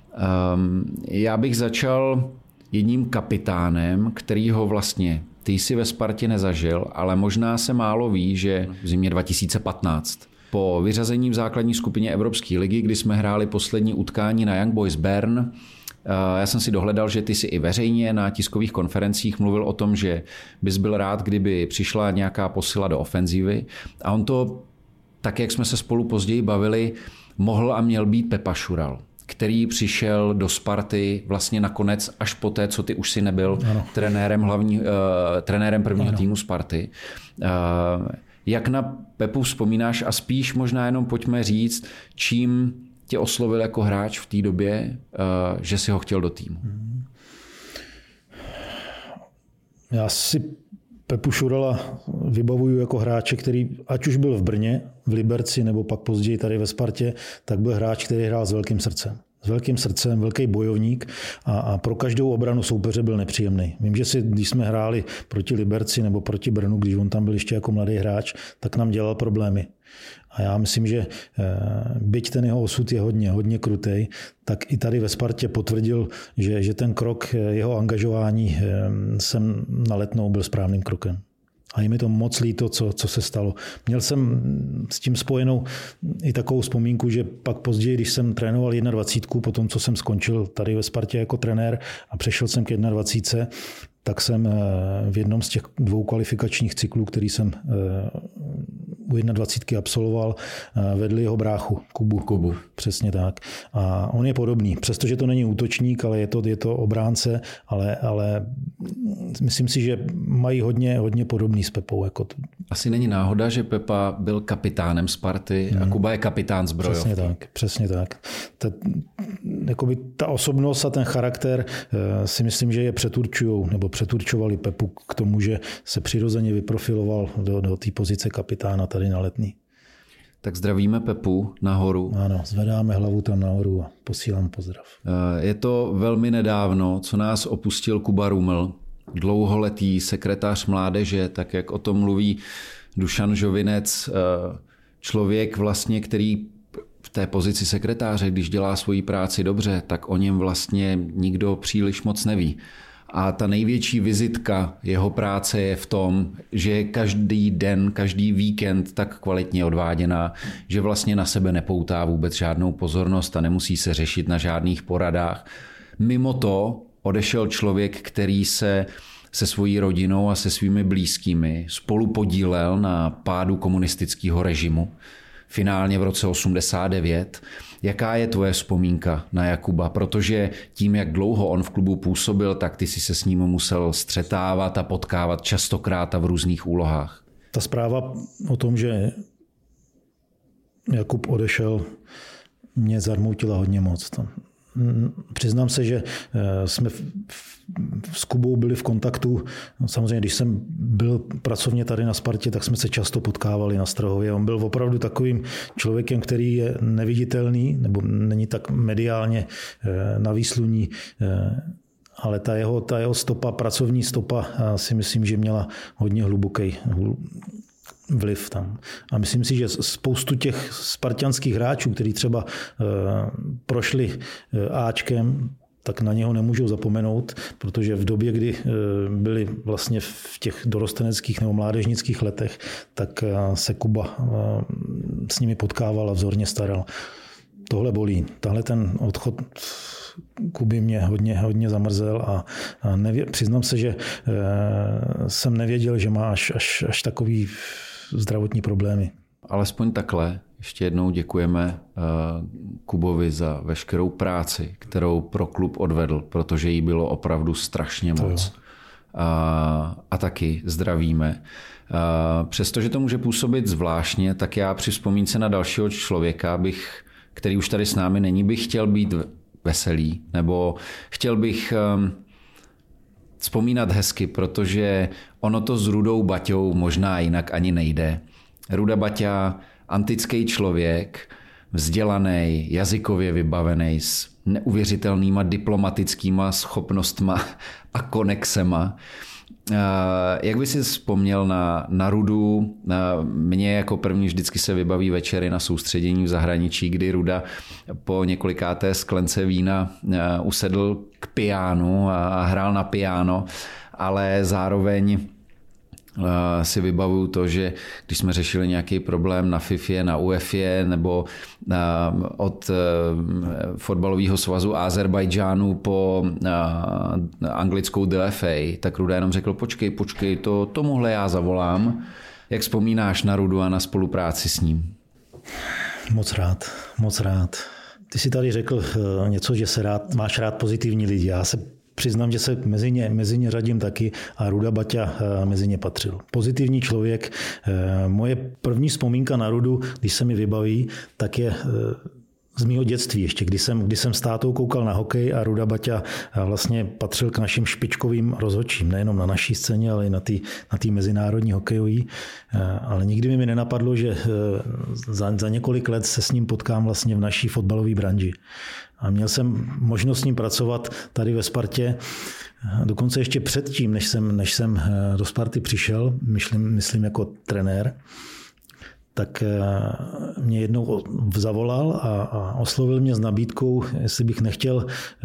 Já bych začal jedním kapitánem, kterýho vlastně ty jsi ve Spartě nezažil, ale možná se málo ví, že v zimě dva tisíce patnáct po vyřazení v základní skupině Evropské ligy, kdy jsme hráli poslední utkání na Young Boys Bern, já jsem si dohledal, že ty si i veřejně na tiskových konferencích mluvil o tom, že bys byl rád, kdyby přišla nějaká posila do ofenzívy. A on to, tak jak jsme se spolu později bavili, mohl a měl být Pepa Šural, který přišel do Sparty vlastně nakonec až po té, co ty už si nebyl ano. trenérem, hlavní, uh, trenérem prvního ano. týmu Sparty. Uh, jak na Pepu vzpomínáš a spíš možná jenom pojďme říct, čím tě oslovil jako hráč v té době, že si ho chtěl do týmu? Já si Pepu Šurala vybavuju jako hráče, který ať už byl v Brně, v Liberci nebo pak později tady ve Spartě, tak byl hráč, který hrál s velkým srdcem. S velkým srdcem, velký bojovník a, a pro každou obranu soupeře byl nepříjemný. Vím, že si, když jsme hráli proti Liberci nebo proti Brnu, když on tam byl ještě jako mladý hráč, tak nám dělal problémy. A já myslím, že byť ten jeho osud je hodně, hodně krutej, tak i tady ve Spartě potvrdil, že, že ten krok jeho angažování sem na Letnou byl správným krokem. A je mi to moc líto, co, co se stalo. Měl jsem s tím spojenou i takovou vzpomínku, že pak později, když jsem trénoval dvacet jedna, po tom, co jsem skončil tady ve Spartě jako trenér a přešel jsem k dvacet jedna, tak jsem v jednom z těch dvou kvalifikačních cyklů, který jsem u dvacet jedna absolvoval, vedl jeho bráchu, Kubu. Kubu. Přesně tak. A on je podobný. Přestože to není útočník, ale je to, je to obránce, ale, ale myslím si, že mají hodně, hodně podobný s Pepou. Jako to. Asi není náhoda, že Pepa byl kapitánem Sparty a hmm. Kuba je kapitán Zbrojovky. Přesně tak. Přesně tak. Ta, jakoby ta osobnost a ten charakter si myslím, že je přeturčujou, nebo přeturčovali Pepu k tomu, že se přirozeně vyprofiloval do, do té pozice kapitána tady na Letný. Tak zdravíme Pepu nahoru. Ano, zvedáme hlavu tam nahoru a posílám pozdrav. Je to velmi nedávno, co nás opustil Kuba Ruml, dlouholetý sekretář mládeže, tak jak o tom mluví Dušan Žovinec, člověk vlastně, který v té pozici sekretáře, když dělá svoji práci dobře, tak o něm vlastně nikdo příliš moc neví. A ta největší vizitka jeho práce je v tom, že je každý den, každý víkend tak kvalitně odváděná, že vlastně na sebe nepoutá vůbec žádnou pozornost a nemusí se řešit na žádných poradách. Mimo to odešel člověk, který se se svojí rodinou a se svými blízkými spolu podílel na pádu komunistického režimu. Finálně v roce osmdesát devět. Jaká je tvoje vzpomínka na Jakuba? Protože tím, jak dlouho on v klubu působil, tak ty si se s ním musel střetávat a potkávat častokrát a v různých úlohách. Ta zpráva o tom, že Jakub odešel, mě zarmoutila hodně moc. Přiznám se, že jsme s Kubou byli v kontaktu. Samozřejmě, když jsem byl pracovně tady na Spartě, tak jsme se často potkávali na Strahově. On byl opravdu takovým člověkem, který je neviditelný, nebo není tak mediálně na výsluní, ale ta jeho, ta jeho stopa, pracovní stopa, si myslím, že měla hodně hluboký vliv tam. A myslím si, že spoustu těch spartanských hráčů, kteří třeba prošli Ačkem, tak na něho nemůžou zapomenout, protože v době, kdy byli vlastně v těch dorosteneckých nebo mládežnických letech, tak se Kuba s nimi potkával a vzorně staral. Tohle bolí. Tahle ten odchod Kuby mě hodně, hodně zamrzel a, a nevě, přiznám se, že e, jsem nevěděl, že má až, až, až takový zdravotní problémy. Alespoň takhle. Ještě jednou děkujeme Kubovi za veškerou práci, kterou pro klub odvedl, protože jí bylo opravdu strašně moc. A, a taky zdravíme. A přestože to může působit zvláštně, tak já při vzpomínce na dalšího člověka, bych, který už tady s námi není, bych chtěl být veselý, nebo chtěl bych um, vzpomínat hezky, protože ono to s Rudou Baťou možná jinak ani nejde. Ruda Baťa, antický člověk, vzdělaný, jazykově vybavený, s neuvěřitelnýma diplomatickýma schopnostma a konexema. Jak by si vzpomněl na, na Rudu? Mně jako první vždycky se vybaví večery na soustředění v zahraničí, kdy Ruda po několikáté sklence vína usedl k piánu a hrál na piano, ale zároveň si vybavuju to, že když jsme řešili nějaký problém na FIFA, na UEFA nebo od fotbalového svazu Azerbajdžánu po anglickou D F A, tak Ruda jenom řekl, počkej, počkej, to, tomuhle já zavolám. Jak vzpomínáš na Rudu a na spolupráci s ním? Moc rád, moc rád. Ty jsi tady řekl něco, že se rád, máš rád pozitivní lidi. Já se přiznám, že se mezi ně, mezi ně řadím taky a Ruda Baťa mezi ně patřil. Pozitivní člověk. Moje první vzpomínka na Rudu, když se mi vybaví, tak je z mého dětství ještě, kdy jsem, kdy jsem s tátou koukal na hokej a Ruda Baťa vlastně patřil k našim špičkovým rozhodčím, nejenom na naší scéně, ale i na té na té mezinárodní hokejové. Ale nikdy mi nenapadlo, že za, za několik let se s ním potkám vlastně v naší fotbalové branži. A měl jsem možnost s ním pracovat tady ve Spartě, dokonce ještě předtím, než jsem, než jsem do Sparty přišel, myslím, myslím jako trenér, tak mě jednou zavolal a, a oslovil mě s nabídkou, jestli bych nechtěl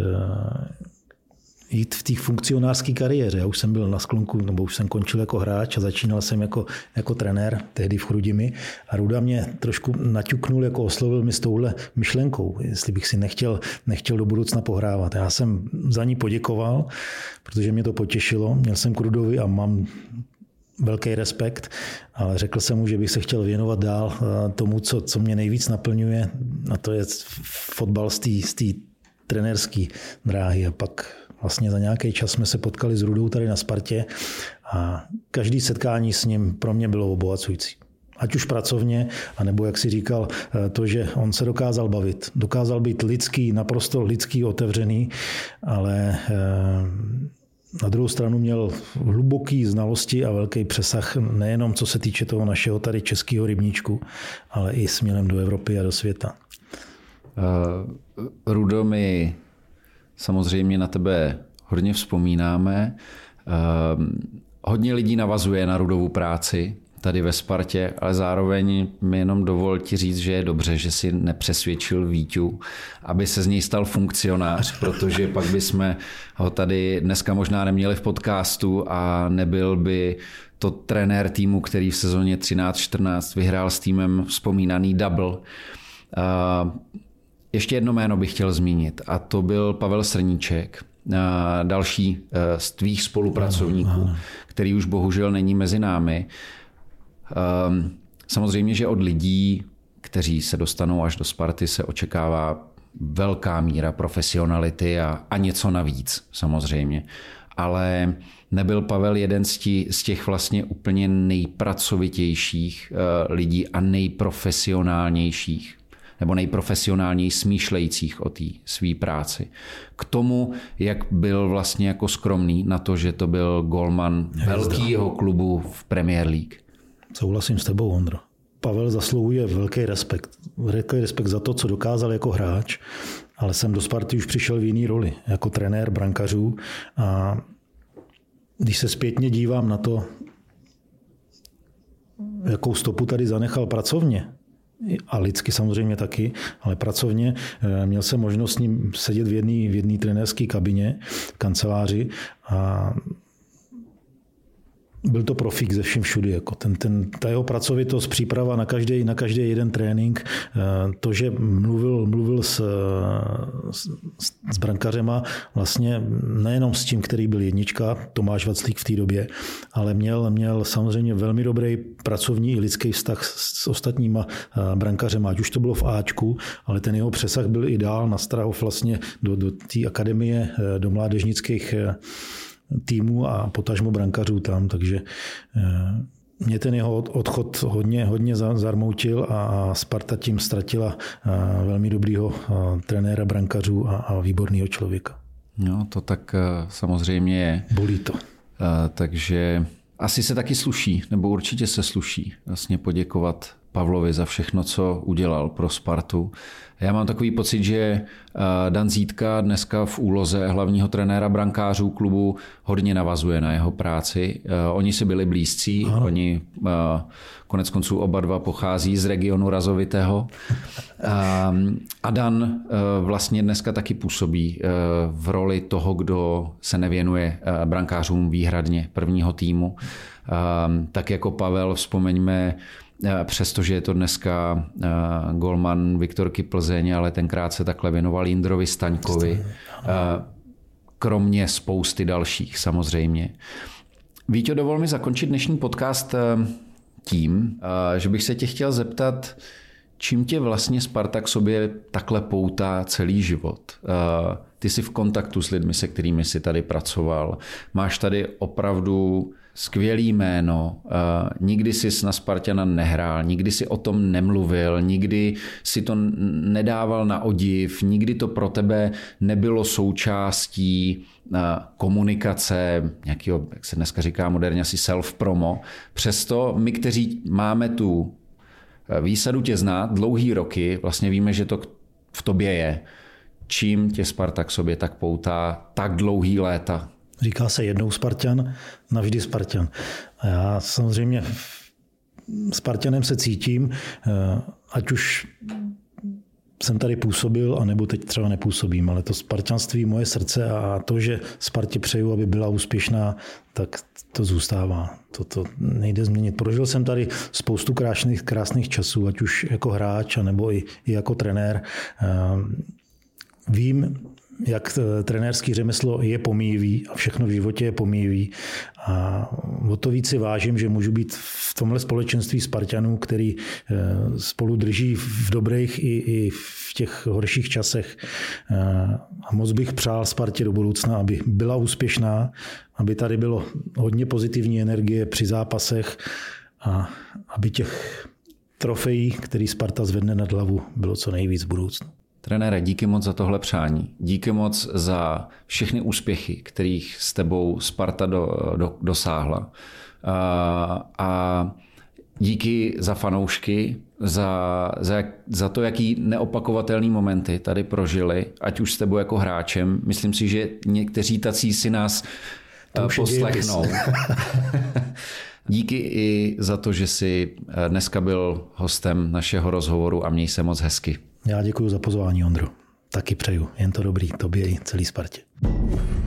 jít v té funkcionářské kariéře. Já už jsem byl na sklonku, nebo už jsem končil jako hráč a začínal jsem jako, jako trenér, tehdy v Chrudimi. A Ruda mě trošku naťuknul, jako oslovil mi s touhle myšlenkou, jestli bych si nechtěl, nechtěl do budoucna pohrávat. Já jsem za ní poděkoval, protože mě to potěšilo. Měl jsem k Rudovi a mám velký respekt, ale řekl jsem mu, že bych se chtěl věnovat dál tomu, co, co mě nejvíc naplňuje, a to je fotbal z té trenérské dráhy. A pak vlastně za nějaký čas jsme se potkali s Rudou tady na Spartě a každý setkání s ním pro mě bylo obohacující. Ať už pracovně, anebo jak si říkal, to, že on se dokázal bavit. Dokázal být lidský, naprosto lidský, otevřený, ale na druhou stranu měl hluboký znalosti a velký přesah nejenom co se týče toho našeho tady českého rybníčku, ale i směrem do Evropy a do světa. Uh, Rudo, my samozřejmě na tebe hodně vzpomínáme. Uh, hodně lidí navazuje na Rudovu práci tady ve Spartě, ale zároveň mi jenom dovol ti říct, že je dobře, že si nepřesvědčil Víťu, aby se z něj stal funkcionář, protože pak bychom ho tady dneska možná neměli v podcastu a nebyl by to trenér týmu, který v sezóně třináct čtrnáct vyhrál s týmem vzpomínaný double. Ještě jedno jméno bych chtěl zmínit a to byl Pavel Srníček, další z tvých spolupracovníků, který už bohužel není mezi námi. Samozřejmě, že od lidí, kteří se dostanou až do Sparty, se očekává velká míra profesionality a, a něco navíc samozřejmě. Ale nebyl Pavel jeden z, tí, z těch vlastně úplně nejpracovitějších lidí a nejprofesionálnějších nebo nejprofesionálněji smýšlejících o té své práci. K tomu, jak byl vlastně jako skromný na to, že to byl golman velkého klubu v Premier League. Souhlasím s tebou, Ondro. Pavel zasluhuje velký respekt. Velký respekt za to, co dokázal jako hráč, ale jsem do Sparty už přišel v jiný roli, jako trenér brankařů. A když se zpětně dívám na to, jakou stopu tady zanechal pracovně, a lidsky samozřejmě taky, ale pracovně, měl jsem možnost s ním sedět v jedné v jedné trenérské kabině, v kanceláři a byl to profík ze vším všudy. Jako ten, ten, ta jeho pracovitost, příprava na každý, na každý jeden trénink, to, že mluvil, mluvil s, s, s brankařema, vlastně nejenom s tím, který byl jednička, Tomáš Vaclík v té době, ale měl, měl samozřejmě velmi dobrý pracovní i lidský vztah s ostatníma brankařema, ať už to bylo v Ačku, ale ten jeho přesah byl i dál na Strahov vlastně do, do té akademie, do mládežnických týmu a potažmo brankařů tam, takže mě ten jeho odchod hodně, hodně zarmoutil a Sparta tím ztratila velmi dobrýho trenéra brankařů a, a výborného člověka. No, to tak samozřejmě je. Bolí to. Takže asi se taky sluší, nebo určitě se sluší vlastně poděkovat Pavlovi za všechno, co udělal pro Spartu. Já mám takový pocit, že Dan Zítka dneska v úloze hlavního trenéra brankářů klubu hodně navazuje na jeho práci. Oni si byli blízcí, Aha. oni konec konců oba dva pochází z regionu Razovitého. A Dan vlastně dneska taky působí v roli toho, kdo se nevěnuje brankářům výhradně prvního týmu. Tak jako Pavel, vzpomeňme, přestože je to dneska golman Viktorky Plzeň, ale tenkrát se takhle věnoval Jindrovi Staňkovi, kromě spousty dalších samozřejmě. Víťo, dovol mi zakončit dnešní podcast tím, že bych se tě chtěl zeptat, čím tě vlastně Sparta k sobě takhle poutá celý život. Ty jsi v kontaktu s lidmi, se kterými jsi tady pracoval. Máš tady opravdu skvělý jméno, nikdy jsi na Spartana nehrál, nikdy si o tom nemluvil, nikdy si to nedával na odiv, nikdy to pro tebe nebylo součástí komunikace, nějakého, jak se dneska říká moderně, asi self-promo. Přesto my, kteří máme tu výsadu tě znát dlouhý roky, vlastně víme, že to v tobě je. Čím tě Sparta k sobě tak poutá tak dlouhý léta? Říká se jednou Spartan, navždy Spartan. A já samozřejmě Spartanem se cítím, ať už jsem tady působil, anebo teď třeba nepůsobím, ale to spartanství, moje srdce a to, že Spartě přeju, aby byla úspěšná, tak to zůstává. To, to nejde změnit. Prožil jsem tady spoustu krásných, krásných časů, ať už jako hráč, anebo i, i jako trenér. Vím, jak trenérský řemeslo je pomíjivý a všechno v životě je pomíjivý. A o to víc si vážím, že můžu být v tomhle společenství Spartanů, který spolu drží v dobrých i, i v těch horších časech. A moc bych přál Spartě do budoucna, aby byla úspěšná, aby tady bylo hodně pozitivní energie při zápasech a aby těch trofejí, který Sparta zvedne nad hlavu, bylo co nejvíc v budoucnu. Trenére, díky moc za tohle přání. Díky moc za všechny úspěchy, kterých s tebou Sparta do, do, dosáhla. A, a díky za fanoušky, za, za, za to, jaký neopakovatelný momenty tady prožili, ať už s tebou jako hráčem. Myslím si, že někteří tací si nás poslechnou. Díky i za to, že jsi dneska byl hostem našeho rozhovoru a měj se moc hezky. Já děkuji za pozvání, Ondro. Taky přeju. Jen to dobrý tobě i celý Spartě.